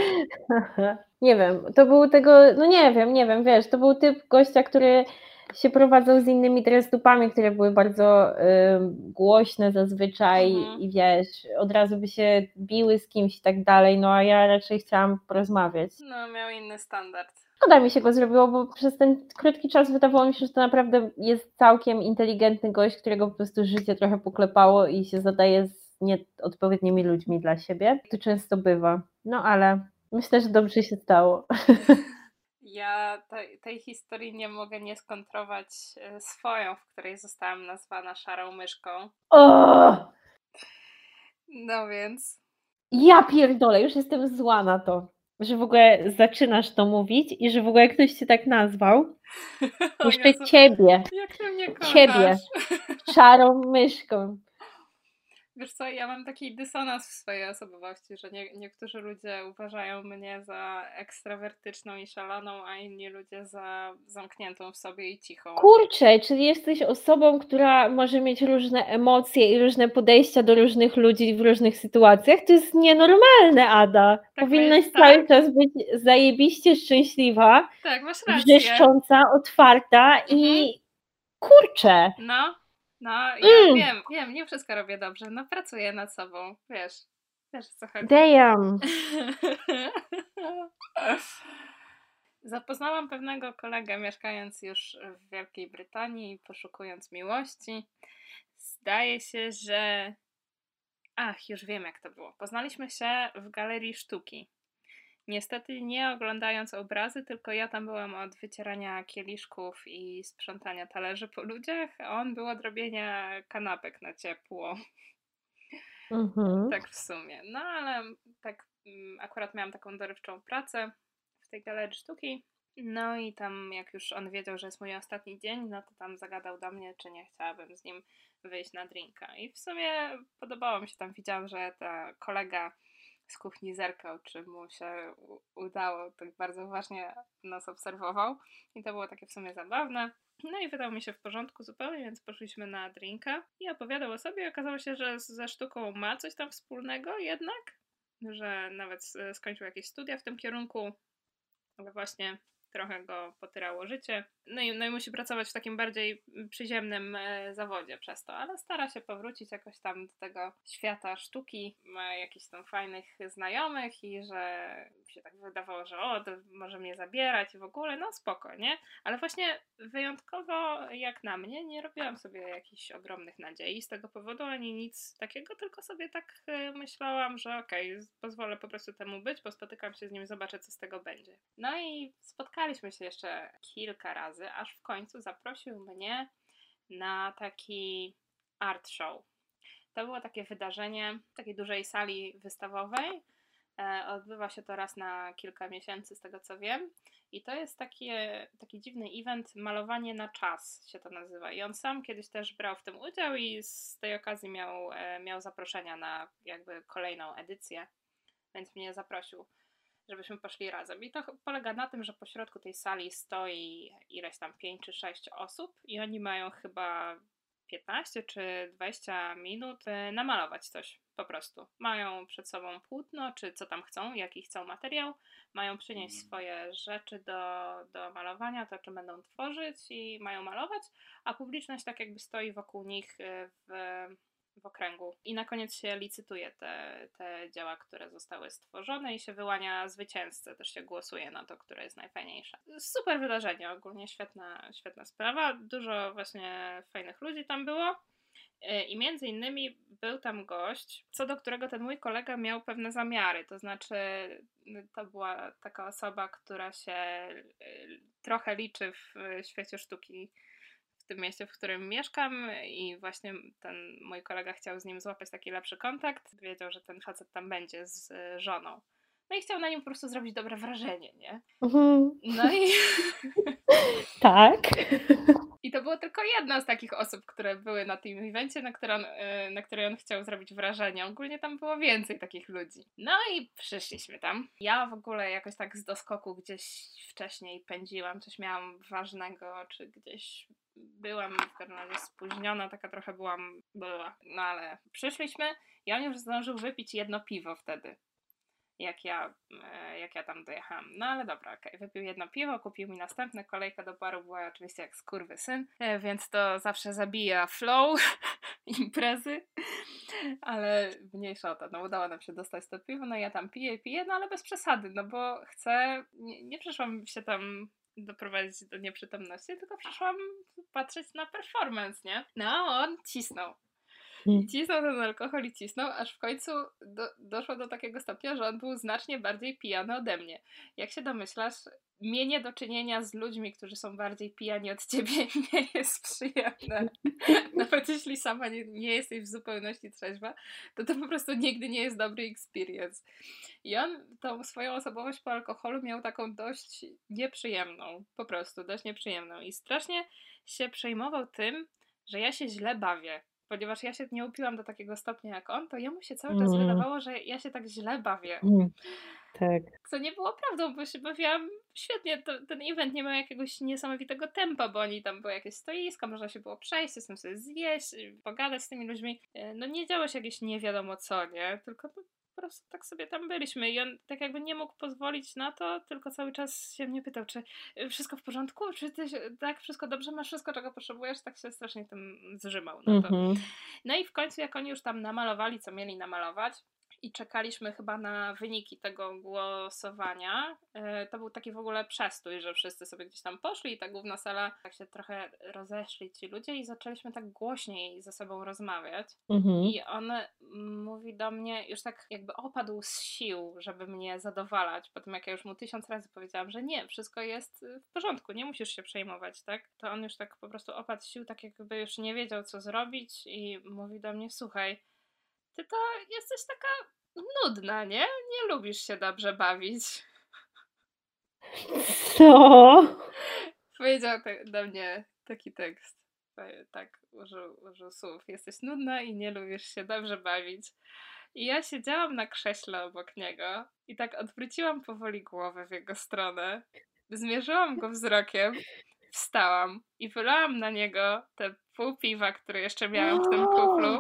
Nie wiem, to był tego, no nie wiem, nie wiem, wiesz, to był typ gościa, który się prowadzał z innymi dressdupami, które były bardzo y, głośne zazwyczaj Mhm. i wiesz, od razu by się biły z kimś i tak dalej, no a ja raczej chciałam porozmawiać. No, miał inny standard. Szkoda mi się go zrobiło, bo przez ten krótki czas wydawało mi się, że to naprawdę jest całkiem inteligentny gość, którego po prostu życie trochę poklepało i się zadaje z nieodpowiednimi ludźmi dla siebie. To często bywa, no ale myślę, że dobrze się stało. Ja tej, tej historii nie mogę nie skontrować e, swoją, w której zostałam nazwana szarą myszką. O! No więc. Ja pierdolę, już jestem zła na to, że w ogóle zaczynasz to mówić i że w ogóle ktoś cię tak nazwał. O Jeszcze Jezu, ciebie, jak ty mnie kochasz. ciebie, szarą myszką. Wiesz co, ja mam taki dysonans w swojej osobowości, że nie, niektórzy ludzie uważają mnie za ekstrawertyczną i szaloną, a inni ludzie za zamkniętą w sobie i cichą. Kurczę, czyli jesteś osobą, która może mieć różne emocje i różne podejścia do różnych ludzi w różnych sytuacjach. To jest nienormalne, Ada. Tak, Powinnaś my- cały tak? czas być zajebiście szczęśliwa, Tak, masz rację. wrzeszcząca, otwarta i kurczę. No, no, ja Mm. wiem, wiem, nie wszystko robię dobrze, no pracuję nad sobą, wiesz, wiesz o co chodzi. Damn. Zapoznałam pewnego kolegę mieszkając już w Wielkiej Brytanii i poszukując miłości. Zdaje się, że... Ach, już wiem jak to było. Poznaliśmy się w Galerii Sztuki. Niestety nie oglądając obrazy, tylko ja tam byłam od wycierania kieliszków i sprzątania talerzy po ludziach, a on był od robienia kanapek na ciepło. Mhm. Tak w sumie. No ale tak mm, akurat miałam taką dorywczą pracę w tej Galerii Sztuki No i tam jak już on wiedział, że jest mój ostatni dzień, no to tam zagadał do mnie, czy nie chciałabym z nim wyjść na drinka. I w sumie podobało mi się, tam widziałam, że ta kolega z kuchni zerkał, czy mu się udało, tak bardzo uważnie nas obserwował i to było takie w sumie zabawne. No i wydał mi się w porządku zupełnie, więc poszliśmy na drinka i opowiadał o sobie. Okazało się, że ze sztuką ma coś tam wspólnego jednak, że nawet skończył jakieś studia w tym kierunku, ale właśnie trochę go potyrało życie. No i, no i musi pracować w takim bardziej przyziemnym e, zawodzie przez to, ale stara się powrócić jakoś tam do tego świata sztuki. Ma jakichś tam fajnych znajomych i że się tak wydawało, że o, to może mnie zabierać i w ogóle, no spoko, nie? Ale właśnie wyjątkowo jak na mnie nie robiłam sobie jakichś ogromnych nadziei z tego powodu, ani nic takiego, tylko sobie tak e, myślałam, że okej, okay, pozwolę po prostu temu być, pospotykam się z nim, zobaczę co z tego będzie. No i spotkaliśmy się jeszcze kilka razy, aż w końcu zaprosił mnie na taki art show. To było takie wydarzenie w takiej dużej sali wystawowej. Odbywa się to raz na kilka miesięcy, z tego co wiem. I to jest taki, taki dziwny event, malowanie na czas się to nazywa. I on sam kiedyś też brał w tym udział i z tej okazji miał, miał zaproszenia na jakby kolejną edycję, więc mnie zaprosił, żebyśmy poszli razem. I to polega na tym, że po środku tej sali stoi ileś tam pięć czy sześć osób i oni mają chyba piętnaście czy dwadzieścia minut namalować coś po prostu. Mają przed sobą płótno, czy co tam chcą, jaki chcą materiał, mają przynieść swoje rzeczy do, do malowania, to czym będą tworzyć i mają malować, a publiczność tak jakby stoi wokół nich w w okręgu. I na koniec się licytuje te, te dzieła, które zostały stworzone i się wyłania zwycięzcę. Też się głosuje na to, które jest najfajniejsze. Super wydarzenie, ogólnie świetna, świetna sprawa. Dużo właśnie fajnych ludzi tam było. I między innymi był tam gość, co do którego ten mój kolega miał pewne zamiary. To znaczy, to była taka osoba, która się trochę liczy w świecie sztuki w tym mieście, w którym mieszkam i właśnie ten mój kolega chciał z nim złapać taki lepszy kontakt. Wiedział, że ten facet tam będzie z żoną. No i chciał na nim po prostu zrobić dobre wrażenie, nie? Mhm. No i... Tak. I to było tylko jedna z takich osób, które były na tym evencie, na, który on, na której on chciał zrobić wrażenie. Ogólnie tam było więcej takich ludzi. No i przyszliśmy tam. Ja w ogóle jakoś tak z doskoku gdzieś wcześniej pędziłam, coś miałam ważnego, czy gdzieś byłam w każdym razie spóźniona, taka trochę byłam, była. No ale przyszliśmy i on już zdążył wypić jedno piwo wtedy. Jak ja, jak ja tam dojechałam. No ale dobra, okej, okay. Wypił jedno piwo, kupił mi następne, kolejka do baru była oczywiście jak skurwysyn, więc to zawsze zabija flow imprezy, ale mniejsza o to, no udało nam się dostać to piwo, no ja tam piję, piję, no ale bez przesady, no bo chcę, nie, nie przyszłam się tam doprowadzić do nieprzytomności, tylko przyszłam patrzeć na performance, nie? No on cisnął. I cisnął ten alkohol i cisnął, aż w końcu do, doszło do takiego stopnia, że on był znacznie bardziej pijany ode mnie. Jak się domyślasz, mienie do czynienia z ludźmi, którzy są bardziej pijani od ciebie nie jest przyjemne. Nawet jeśli sama nie, nie jesteś w zupełności trzeźwa, to to po prostu nigdy nie jest dobry experience. I on tą swoją osobowość po alkoholu miał taką dość nieprzyjemną, po prostu dość nieprzyjemną i strasznie się przejmował tym, że ja się źle bawię. Ponieważ ja się nie upiłam do takiego stopnia jak on, to jemu się cały czas mm. wydawało, że ja się tak źle bawię. Mm. Tak. Co nie było prawdą, bo się bawiłam świetnie. To, ten event nie miał jakiegoś niesamowitego tempa, bo oni tam były jakieś stoiska, można się było przejść, z tym sobie zjeść, pogadać z tymi ludźmi. No nie działo się jakieś nie wiadomo co, nie? Tylko po prostu tak sobie tam byliśmy i on tak jakby nie mógł pozwolić na to, tylko cały czas się mnie pytał, czy wszystko w porządku, czy ty tak wszystko dobrze, masz wszystko, czego potrzebujesz, tak się strasznie tym zżymał na to. Mm-hmm. No i w końcu jak oni już tam namalowali, co mieli namalować i czekaliśmy chyba na wyniki tego głosowania, to był taki w ogóle przestój, że wszyscy sobie gdzieś tam poszli i ta główna sala, tak się trochę rozeszli ci ludzie i zaczęliśmy tak głośniej ze sobą rozmawiać. Mhm. I on mówi do mnie, już tak jakby opadł z sił, żeby mnie zadowalać, po tym jak ja już mu tysiąc razy powiedziałam, że nie, wszystko jest w porządku, nie musisz się przejmować, tak? To on już tak po prostu opadł z sił, tak jakby już nie wiedział co zrobić i mówi do mnie, słuchaj, ty to jesteś taka nudna, nie? Nie lubisz się dobrze bawić. Co? Powiedział te, do mnie taki tekst. Tak, użył, użył słów. Jesteś nudna i nie lubisz się dobrze bawić. I ja siedziałam na krześle obok niego i tak odwróciłam powoli głowę w jego stronę. Zmierzyłam go wzrokiem, wstałam i wylałam na niego te pół piwa, które jeszcze miałam w tym kuflu.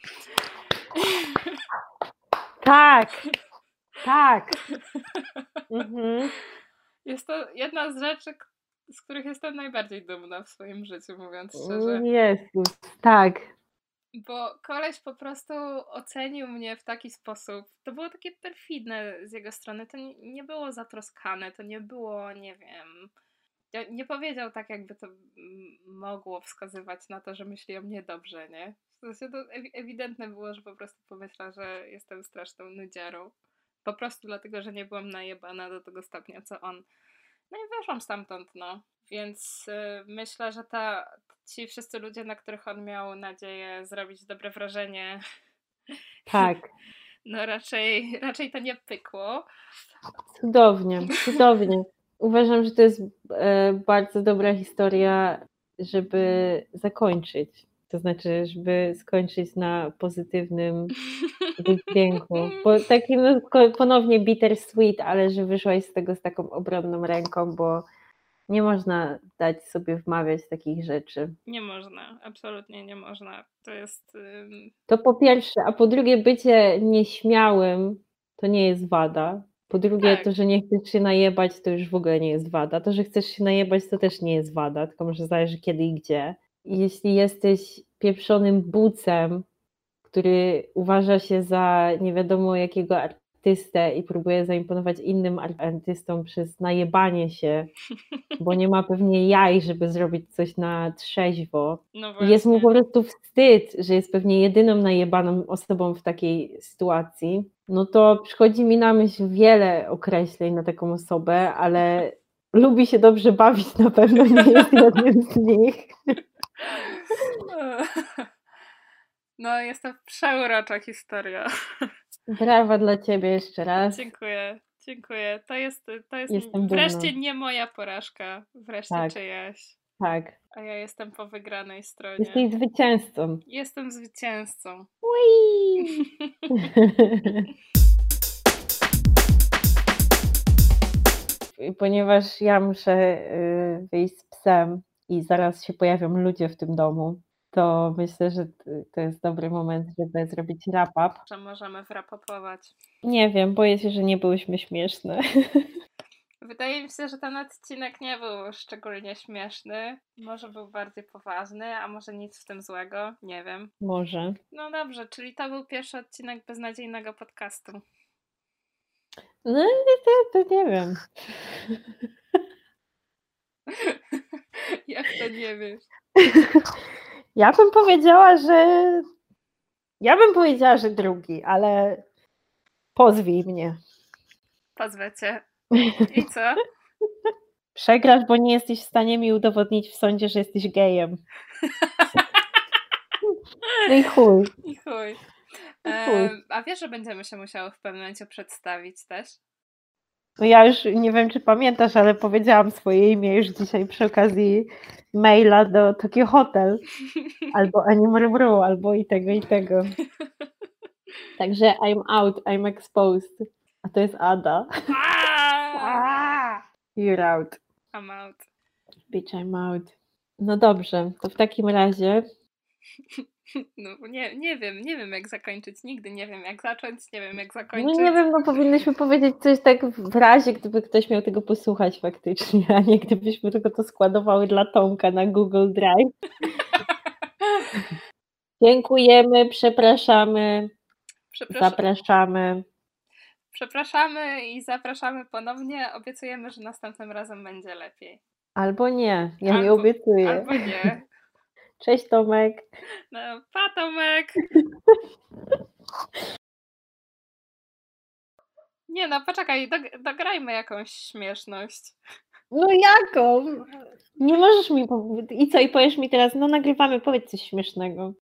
Tak, tak. Mhm. Jest to jedna z rzeczy, z których jestem najbardziej dumna w swoim życiu, mówiąc szczerze. Jezus, tak. Bo koleś po prostu ocenił mnie w taki sposób. To było takie perfidne z jego strony. To nie, nie było zatroskane, to nie było, nie wiem. Nie powiedział tak, jakby to mogło wskazywać na to, że myśli o mnie dobrze, nie? W sensie to ewidentne było, że po prostu pomyślał, że jestem straszną nudziarą. Po prostu dlatego, że nie byłam najebana do tego stopnia, co on. No i wyszłam stamtąd, no. Więc y, myślę, że ta, ci wszyscy ludzie, na których on miał nadzieję zrobić dobre wrażenie, Tak. no raczej, raczej to nie pykło. Cudownie, cudownie. Uważam, że to jest e, bardzo dobra historia, żeby zakończyć. To znaczy, żeby skończyć na pozytywnym wydźwięku. Bo taki no, ponownie bittersweet, ale że wyszłaś z tego z taką obronną ręką, bo nie można dać sobie wmawiać takich rzeczy. Nie można, absolutnie nie można. To jest... Ym... To po pierwsze, a po drugie bycie nieśmiałym to nie jest wada. Po drugie tak. to, że nie chcesz się najebać, to już w ogóle nie jest wada. To, że chcesz się najebać, to też nie jest wada, tylko może zależy kiedy i gdzie. I jeśli jesteś pieprzonym bucem, który uważa się za nie wiadomo jakiego artystę i próbuje zaimponować innym artystom przez najebanie się, bo nie ma pewnie jaj, żeby zrobić coś na trzeźwo. No I jest mu po prostu wstyd, że jest pewnie jedyną najebaną osobą w takiej sytuacji. No to przychodzi mi na myśl wiele określeń na taką osobę, ale lubi się dobrze bawić, na pewno nie jest jednym z nich. No, jest to przeurocza historia. Brawa dla ciebie jeszcze raz. Dziękuję, dziękuję. To jest, to jest Jestem wreszcie dumna. nie moja porażka, wreszcie tak. czyjaś. Tak. A ja jestem po wygranej stronie. Jesteś zwycięzcą. Jestem zwycięzcą. Ponieważ ja muszę wyjść z psem i zaraz się pojawią ludzie w tym domu, to myślę, że to jest dobry moment, żeby zrobić wrap-up. Że możemy wrap-upować. Nie wiem, boję się, że nie byłyśmy śmieszne. Wydaje mi się, że ten odcinek nie był szczególnie śmieszny. Może był bardziej poważny, a może nic w tym złego. Nie wiem. Może. No dobrze, czyli to był pierwszy odcinek beznadziejnego podcastu. No to, to nie wiem. Jak to nie wiesz? Ja bym powiedziała, że ja bym powiedziała, że drugi, ale pozwij mnie. Pozwę cię. I co? Przegrasz, bo nie jesteś w stanie mi udowodnić w sądzie, że jesteś gejem. No i chuj. I chuj. E, a wiesz, że będziemy się musiały w pewnym momencie przedstawić też? No ja już nie wiem, czy pamiętasz, ale powiedziałam swoje imię już dzisiaj przy okazji maila do Tokyo Hotel. Albo Animal albo i tego, i tego. Także I'm out, I'm exposed. A to jest Ada. You're out. I'm out. Bitch, I'm out. No dobrze, to w takim razie... No nie, nie wiem, nie wiem jak zakończyć, nigdy nie wiem jak zacząć, nie wiem jak zakończyć. No nie wiem, no powinnyśmy powiedzieć coś tak w razie, gdyby ktoś miał tego posłuchać faktycznie, a nie gdybyśmy tylko to składowały dla Tomka na Google Drive. Dziękujemy, przepraszamy, Przepraszam. zapraszamy. Przepraszamy i zapraszamy ponownie. Obiecujemy, że następnym razem będzie lepiej. Albo nie, ja albo, nie obiecuję. Albo nie. Cześć Tomek. No, pa Tomek. Nie no, poczekaj, dograjmy jakąś śmieszność. No jaką? Nie możesz mi powiedzieć. I co, i powiesz mi teraz, no nagrywamy, powiedz coś śmiesznego.